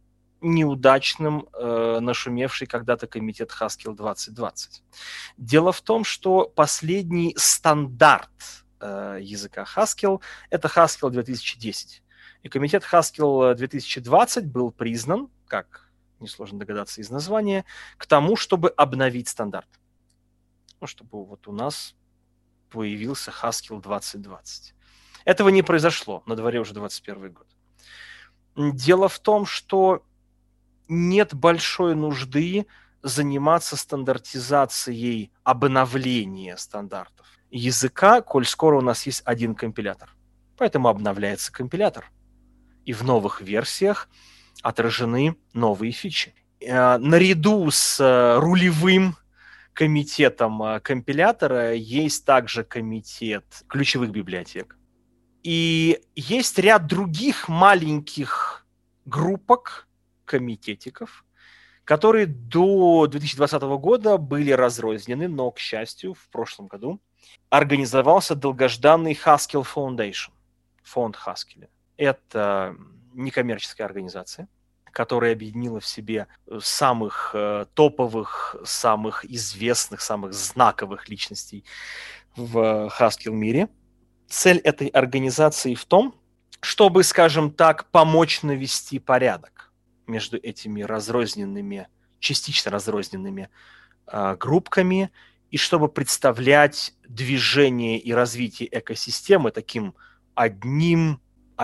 неудачным нашумевший когда-то комитет Haskell 2020. Дело в том, что последний стандарт языка Haskell – это Haskell 2010. И комитет Haskell 2020 был признан, как несложно догадаться из названия, к тому, чтобы обновить стандарт. Ну, чтобы вот у нас появился Haskell 2020. Этого не произошло, на дворе уже 21 год. Дело в том, что нет большой нужды заниматься стандартизацией обновления стандартов языка, коль скоро у нас есть один компилятор. Поэтому обновляется компилятор. И в новых версиях отражены новые фичи. Наряду с рулевым комитетом компилятора есть также комитет ключевых библиотек. И есть ряд других маленьких группок, комитетиков, которые до 2020 года были разрознены, но, к счастью, в прошлом году организовался долгожданный Haskell Foundation, фонд Haskell. Это некоммерческая организация, которая объединила в себе самых топовых, самых известных, самых знаковых личностей в Haskell мире. Цель этой организации в том, чтобы, скажем так, помочь навести порядок между этими разрозненными, частично разрозненными группками, и чтобы представлять движение и развитие экосистемы таким одним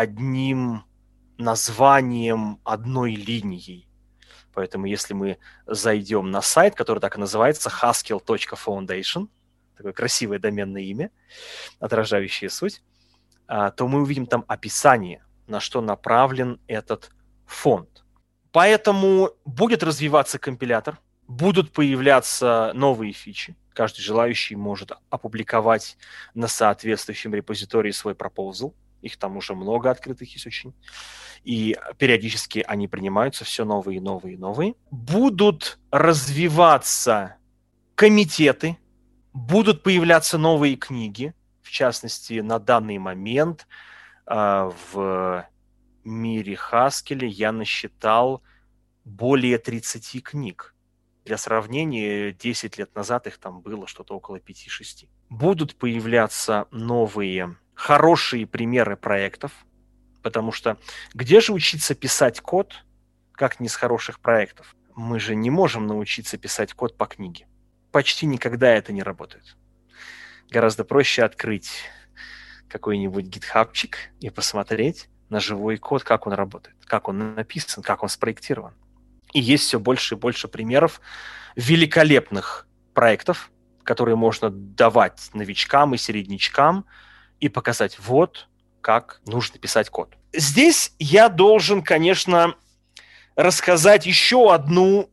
названием, одной линией. Поэтому если мы зайдем на сайт, который так и называется, haskell.foundation, такое красивое доменное имя, отражающее суть, то мы увидим там описание, на что направлен этот фонд. Поэтому будет развиваться компилятор, будут появляться новые фичи. Каждый желающий может опубликовать на соответствующем репозитории свой пропозал. Их там уже много открытых есть очень. И периодически они принимаются все новые, новые, новые. Будут развиваться комитеты, будут появляться новые книги. В частности, на данный момент в мире Haskell я насчитал более 30 книг. Для сравнения, 10 лет назад их там было что-то около 5-6. Будут появляться новые хорошие примеры проектов, потому что где же учиться писать код, как не с хороших проектов? Мы же не можем научиться писать код по книге. Почти никогда это не работает. Гораздо проще открыть какой-нибудь гитхабчик и посмотреть на живой код, как он работает, как он написан, как он спроектирован. И есть все больше и больше примеров великолепных проектов, которые можно давать новичкам и середнячкам и показать, вот как нужно писать код. Здесь я должен, конечно, рассказать еще одну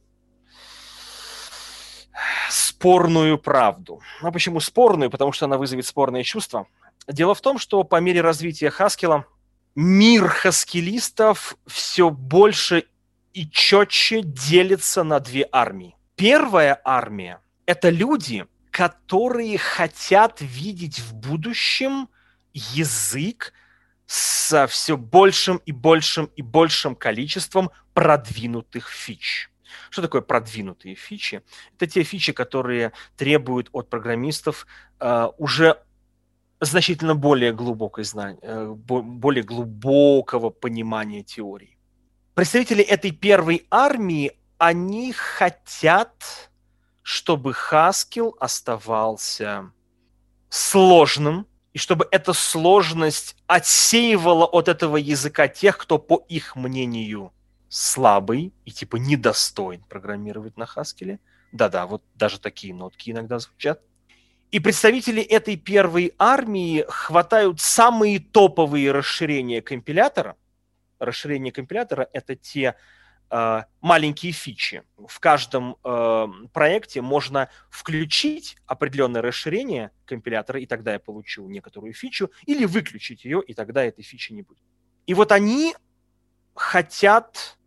спорную правду. А почему спорную? Потому что она вызовет спорные чувства. Дело в том, что по мере развития Haskell мир хаскелистов все больше и четче делится на две армии. Первая армия – это люди, которые хотят видеть в будущем язык со все большим и большим и большим количеством продвинутых фич. Что такое продвинутые фичи? Это те фичи, которые требуют от программистов уже значительно более более глубокого понимания теории. Представители этой первой армии, они хотят, чтобы Haskell оставался сложным, и чтобы эта сложность отсеивала от этого языка тех, кто, по их мнению, слабый и типа недостоин программировать на Haskell. Да-да, вот даже такие нотки иногда звучат. И представители этой первой армии хватают самые топовые расширения компилятора. Расширение компилятора – это те маленькие фичи. В каждом проекте можно включить определенное расширение компилятора, и тогда я получу некоторую фичу, или выключить ее, и тогда этой фичи не будет. И вот они хотят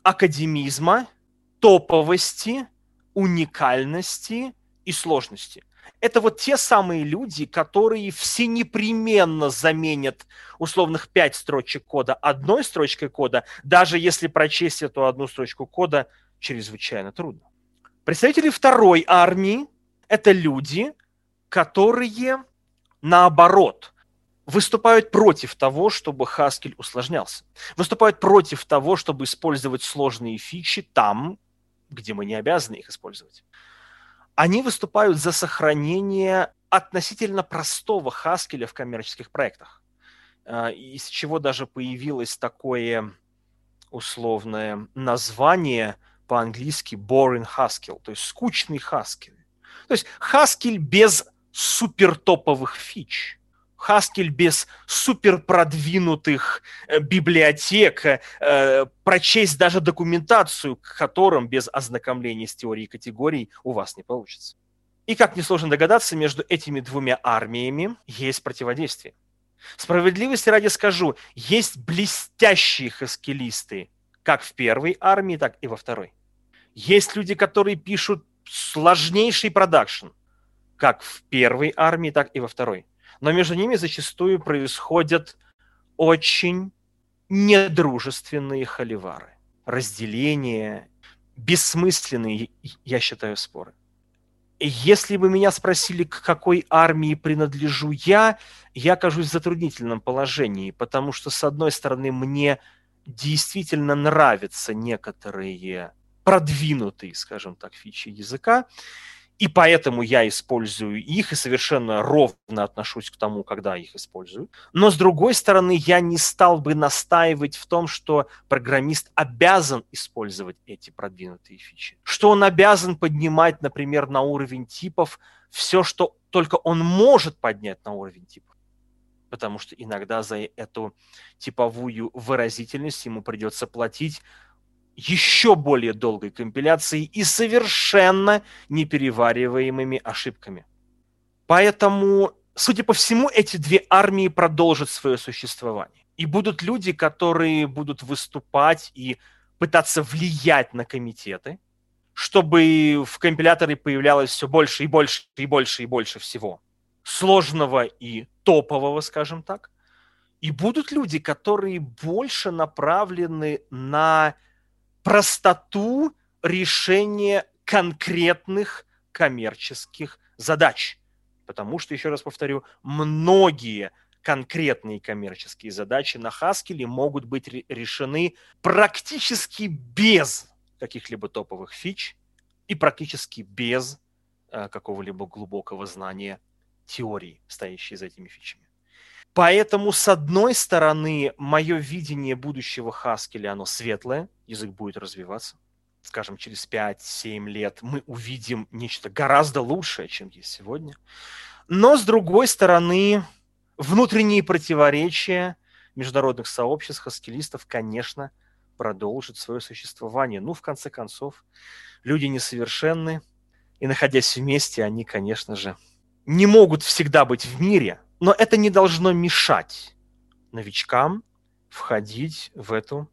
академизма, топовости, уникальности и сложности. Это вот те самые люди, которые все непременно заменят условных 5 строчек кода одной строчкой кода, даже если прочесть эту одну строчку кода чрезвычайно трудно. Представители второй армии – это люди, которые, наоборот, выступают против того, чтобы Haskell усложнялся. Выступают против того, чтобы использовать сложные фичи там, где мы не обязаны их использовать. Они выступают за сохранение относительно простого Haskell в коммерческих проектах, из чего даже появилось такое условное название по-английски boring Haskell, то есть скучный Haskell. То есть Haskell без супертоповых фич. Haskell без суперпродвинутых библиотек, прочесть даже документацию, к которым без ознакомления с теорией категорий у вас не получится. И, как несложно догадаться, между этими двумя армиями есть противодействие. Справедливости ради скажу, есть блестящие хаскелисты как в первой армии, так и во второй. Есть люди, которые пишут сложнейший продакшн, как в первой армии, так и во второй. Но между ними зачастую происходят очень недружественные холивары, разделения, бессмысленные, я считаю, споры. Если бы меня спросили, к какой армии принадлежу я окажусь в затруднительном положении, потому что, с одной стороны, мне действительно нравятся некоторые продвинутые, скажем так, фичи языка, и поэтому я использую их и совершенно ровно отношусь к тому, когда их использую. Но, с другой стороны, я не стал бы настаивать в том, что программист обязан использовать эти продвинутые фичи. Что он обязан поднимать, например, на уровень типов все, что только он может поднять на уровень типов. Потому что иногда за эту типовую выразительность ему придется платить еще более долгой компиляцией и совершенно неперевариваемыми ошибками. Поэтому, судя по всему, эти две армии продолжат свое существование. И будут люди, которые будут выступать и пытаться влиять на комитеты, чтобы в компиляторе появлялось все больше и больше и больше и больше всего сложного и топового, скажем так. И будут люди, которые больше направлены на простоту решения конкретных коммерческих задач. Потому что, еще раз повторю, многие конкретные коммерческие задачи на Haskell могут быть решены практически без каких-либо топовых фич и практически без какого-либо глубокого знания теории, стоящей за этими фичами. Поэтому, с одной стороны, мое видение будущего Haskell, оно светлое, язык будет развиваться. Скажем, через 5-7 лет мы увидим нечто гораздо лучшее, чем есть сегодня. Но, с другой стороны, внутренние противоречия международных сообществ хаскелистов, конечно, продолжат свое существование. Ну, в конце концов, люди несовершенны, и, находясь вместе, они, конечно же, не могут всегда быть в мире, но это не должно мешать новичкам входить в эту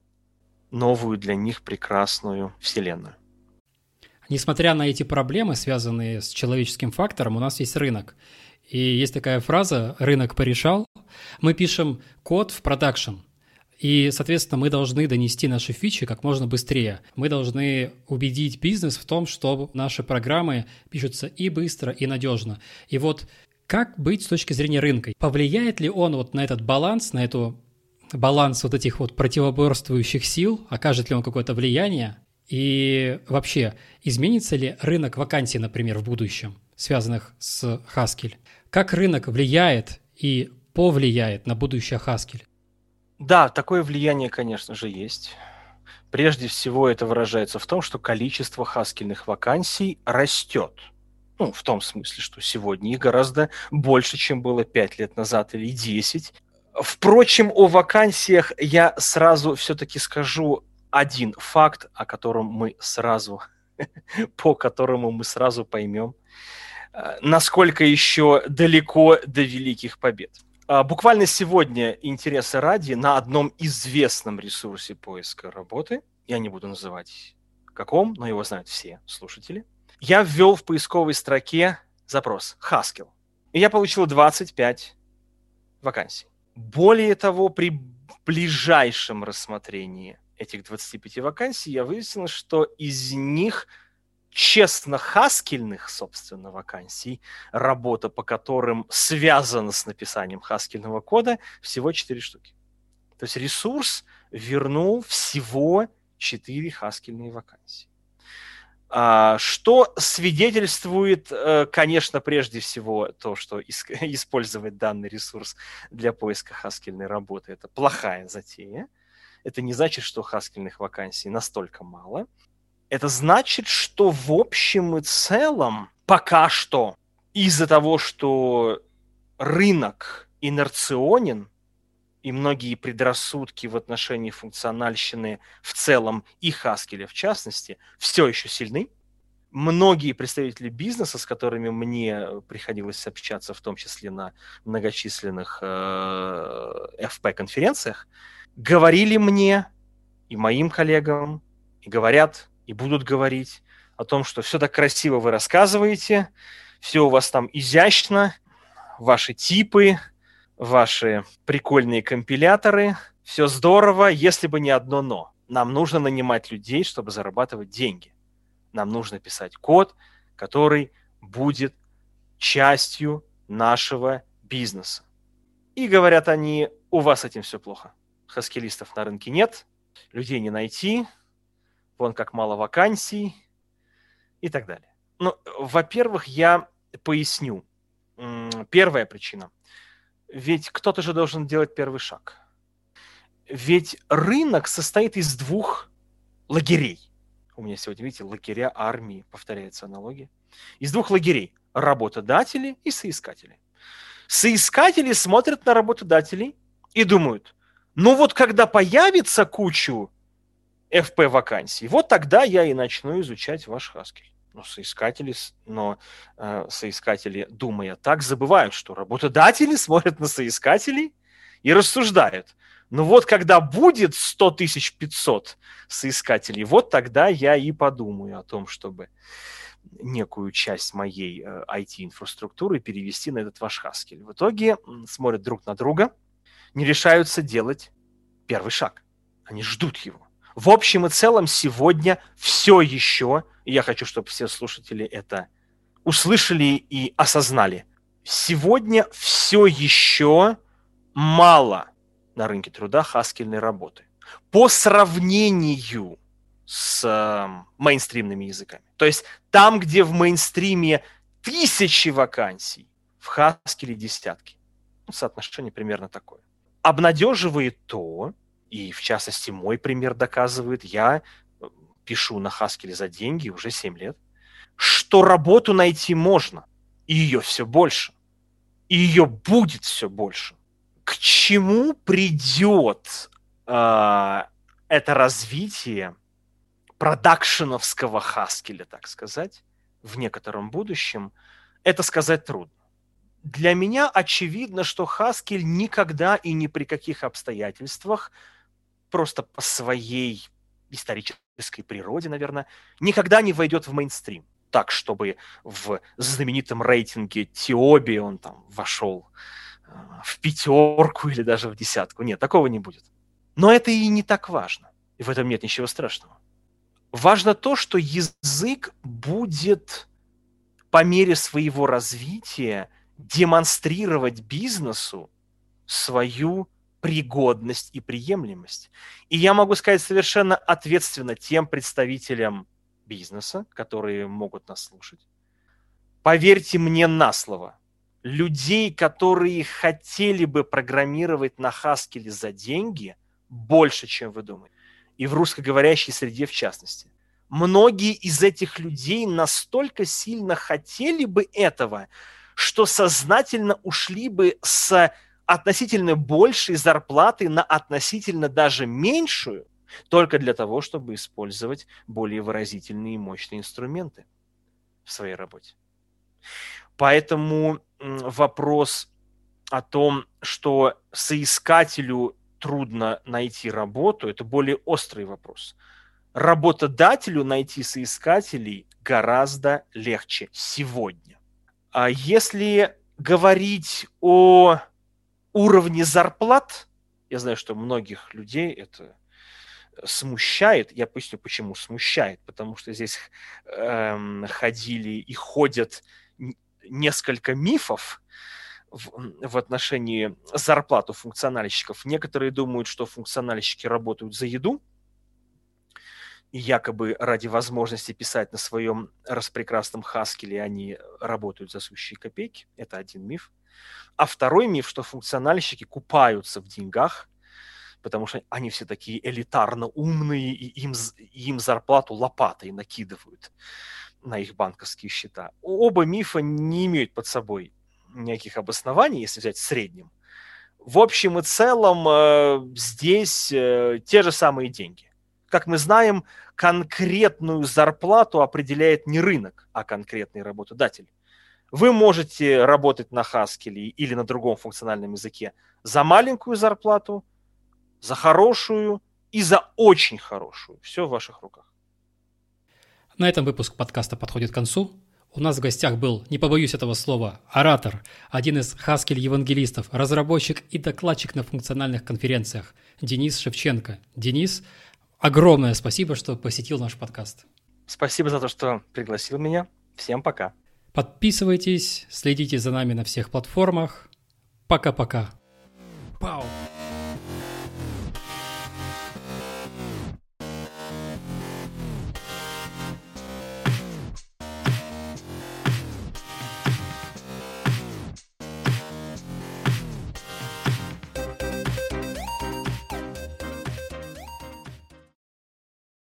новую для них прекрасную вселенную. Несмотря на эти проблемы, связанные с человеческим фактором, у нас есть рынок. И есть такая фраза «рынок порешал». Мы пишем код в продакшн. И, соответственно, мы должны донести наши фичи как можно быстрее. Мы должны убедить бизнес в том, что наши программы пишутся и быстро, и надежно. И вот как быть с точки зрения рынка? Повлияет ли он вот на этот баланс, на эту баланс вот этих вот противоборствующих сил? Окажет ли он какое-то влияние? И вообще, изменится ли рынок вакансий, например, в будущем, связанных с Haskell? Как рынок влияет и повлияет на будущее Haskell? Да, такое влияние, конечно же, есть. Прежде всего, это выражается в том, что количество хаскельных вакансий растет. Ну, в том смысле, что сегодня их гораздо больше, чем было 5 лет назад или 10. Впрочем, о вакансиях я сразу все-таки скажу один факт, по которому мы сразу поймем, насколько еще далеко до великих побед. Буквально сегодня, интереса ради, на одном известном ресурсе поиска работы, я не буду называть каком, но его знают все слушатели, я ввел в поисковой строке запрос Haskell. И я получил 25 вакансий. Более того, при ближайшем рассмотрении этих 25 вакансий я выяснил, что из них честно хаскельных, собственно, вакансий, работа по которым связана с написанием хаскельного кода, всего 4 штуки. То есть ресурс вернул всего 4 хаскельные вакансии. Что свидетельствует, конечно, прежде всего то, что использовать данный ресурс для поиска хаскельной работы – это плохая затея. Это не значит, что хаскельных вакансий настолько мало. Это значит, что в общем и целом пока что из-за того, что рынок инерционен, и многие предрассудки в отношении функциональщины в целом и Haskell в частности все еще сильны. Многие представители бизнеса, с которыми мне приходилось общаться, в том числе на многочисленных FP-конференциях, говорили мне и моим коллегам, и говорят, и будут говорить о том, что все так красиво вы рассказываете, все у вас там изящно, ваши типы, ваши прикольные компиляторы, все здорово, если бы не одно «но». Нам нужно нанимать людей, чтобы зарабатывать деньги. Нам нужно писать код, который будет частью нашего бизнеса. И говорят они, у вас с этим все плохо. Хаскелистов на рынке нет, людей не найти, вон как мало вакансий и так далее. Ну, во-первых, я поясню. Первая причина. Ведь кто-то же должен делать первый шаг. Ведь рынок состоит из двух лагерей. У меня сегодня, видите, лагеря армии, повторяется аналогия. Из двух лагерей. Работодатели и соискатели. Соискатели смотрят на работодателей и думают, ну вот когда появится кучу FP-вакансий, вот тогда я и начну изучать ваш Haskell. Но соискатели, думая так, забывают, что работодатели смотрят на соискателей и рассуждают. Ну вот когда будет 100 500 соискателей, вот тогда я и подумаю о том, чтобы некую часть моей IT-инфраструктуры перевести на этот ваш Haskell. В итоге смотрят друг на друга, не решаются делать первый шаг. Они ждут его. В общем и целом сегодня все еще, и я хочу, чтобы все слушатели это услышали и осознали, сегодня все еще мало на рынке труда хаскельной работы по сравнению с мейнстримными языками. То есть там, где в мейнстриме 1000 вакансий, в Haskell десятки. Соотношение примерно такое. Обнадеживает то, и в частности мой пример доказывает, я пишу на Haskell за деньги уже 7 лет, что работу найти можно, и ее все больше, и ее будет все больше. К чему придет это развитие продакшеновского Haskell, так сказать, в некотором будущем, это сказать трудно. Для меня очевидно, что Haskell никогда и ни при каких обстоятельствах, просто по своей исторической природе, наверное, никогда не войдет в мейнстрим. Так, чтобы в знаменитом рейтинге Тиоби он там вошел в 5 или даже в 10. Нет, такого не будет. Но это и не так важно. И в этом нет ничего страшного. Важно то, что язык будет по мере своего развития демонстрировать бизнесу свою пригодность и приемлемость. И я могу сказать совершенно ответственно тем представителям бизнеса, которые могут нас слушать. Поверьте мне на слово, людей, которые хотели бы программировать на Haskell за деньги, больше, чем вы думаете. И в русскоговорящей среде в частности. Многие из этих людей настолько сильно хотели бы этого, что сознательно ушли бы с относительно большей зарплаты на относительно даже меньшую, только для того, чтобы использовать более выразительные и мощные инструменты в своей работе. Поэтому вопрос о том, что соискателю трудно найти работу, это более острый вопрос. Работодателю найти соискателей гораздо легче сегодня. Если говорить о уровне зарплат, я знаю, что многих людей это смущает. Я поясню, почему смущает. Потому что здесь ходили и ходят несколько мифов в отношении зарплат у функциональщиков. Некоторые думают, что функциональщики работают за еду, и якобы ради возможности писать на своем распрекрасном Haskell они работают за сущие копейки. Это один миф. А второй миф, что функциональщики купаются в деньгах, потому что они все такие элитарно умные, и им зарплату лопатой накидывают на их банковские счета. Оба мифа не имеют под собой никаких обоснований, если взять в среднем. В общем и целом здесь те же самые деньги. Как мы знаем, конкретную зарплату определяет не рынок, а конкретный работодатель. Вы можете работать на Haskell или на другом функциональном языке за маленькую зарплату, за хорошую и за очень хорошую. Все в ваших руках. На этом выпуск подкаста подходит к концу. У нас в гостях был, не побоюсь этого слова, оратор, один из Haskell-евангелистов, разработчик и докладчик на функциональных конференциях Денис Шевченко. Денис, огромное спасибо, что посетил наш подкаст. Спасибо за то, что пригласил меня. Всем пока. Подписывайтесь, следите за нами на всех платформах. Пока-пока. Пау!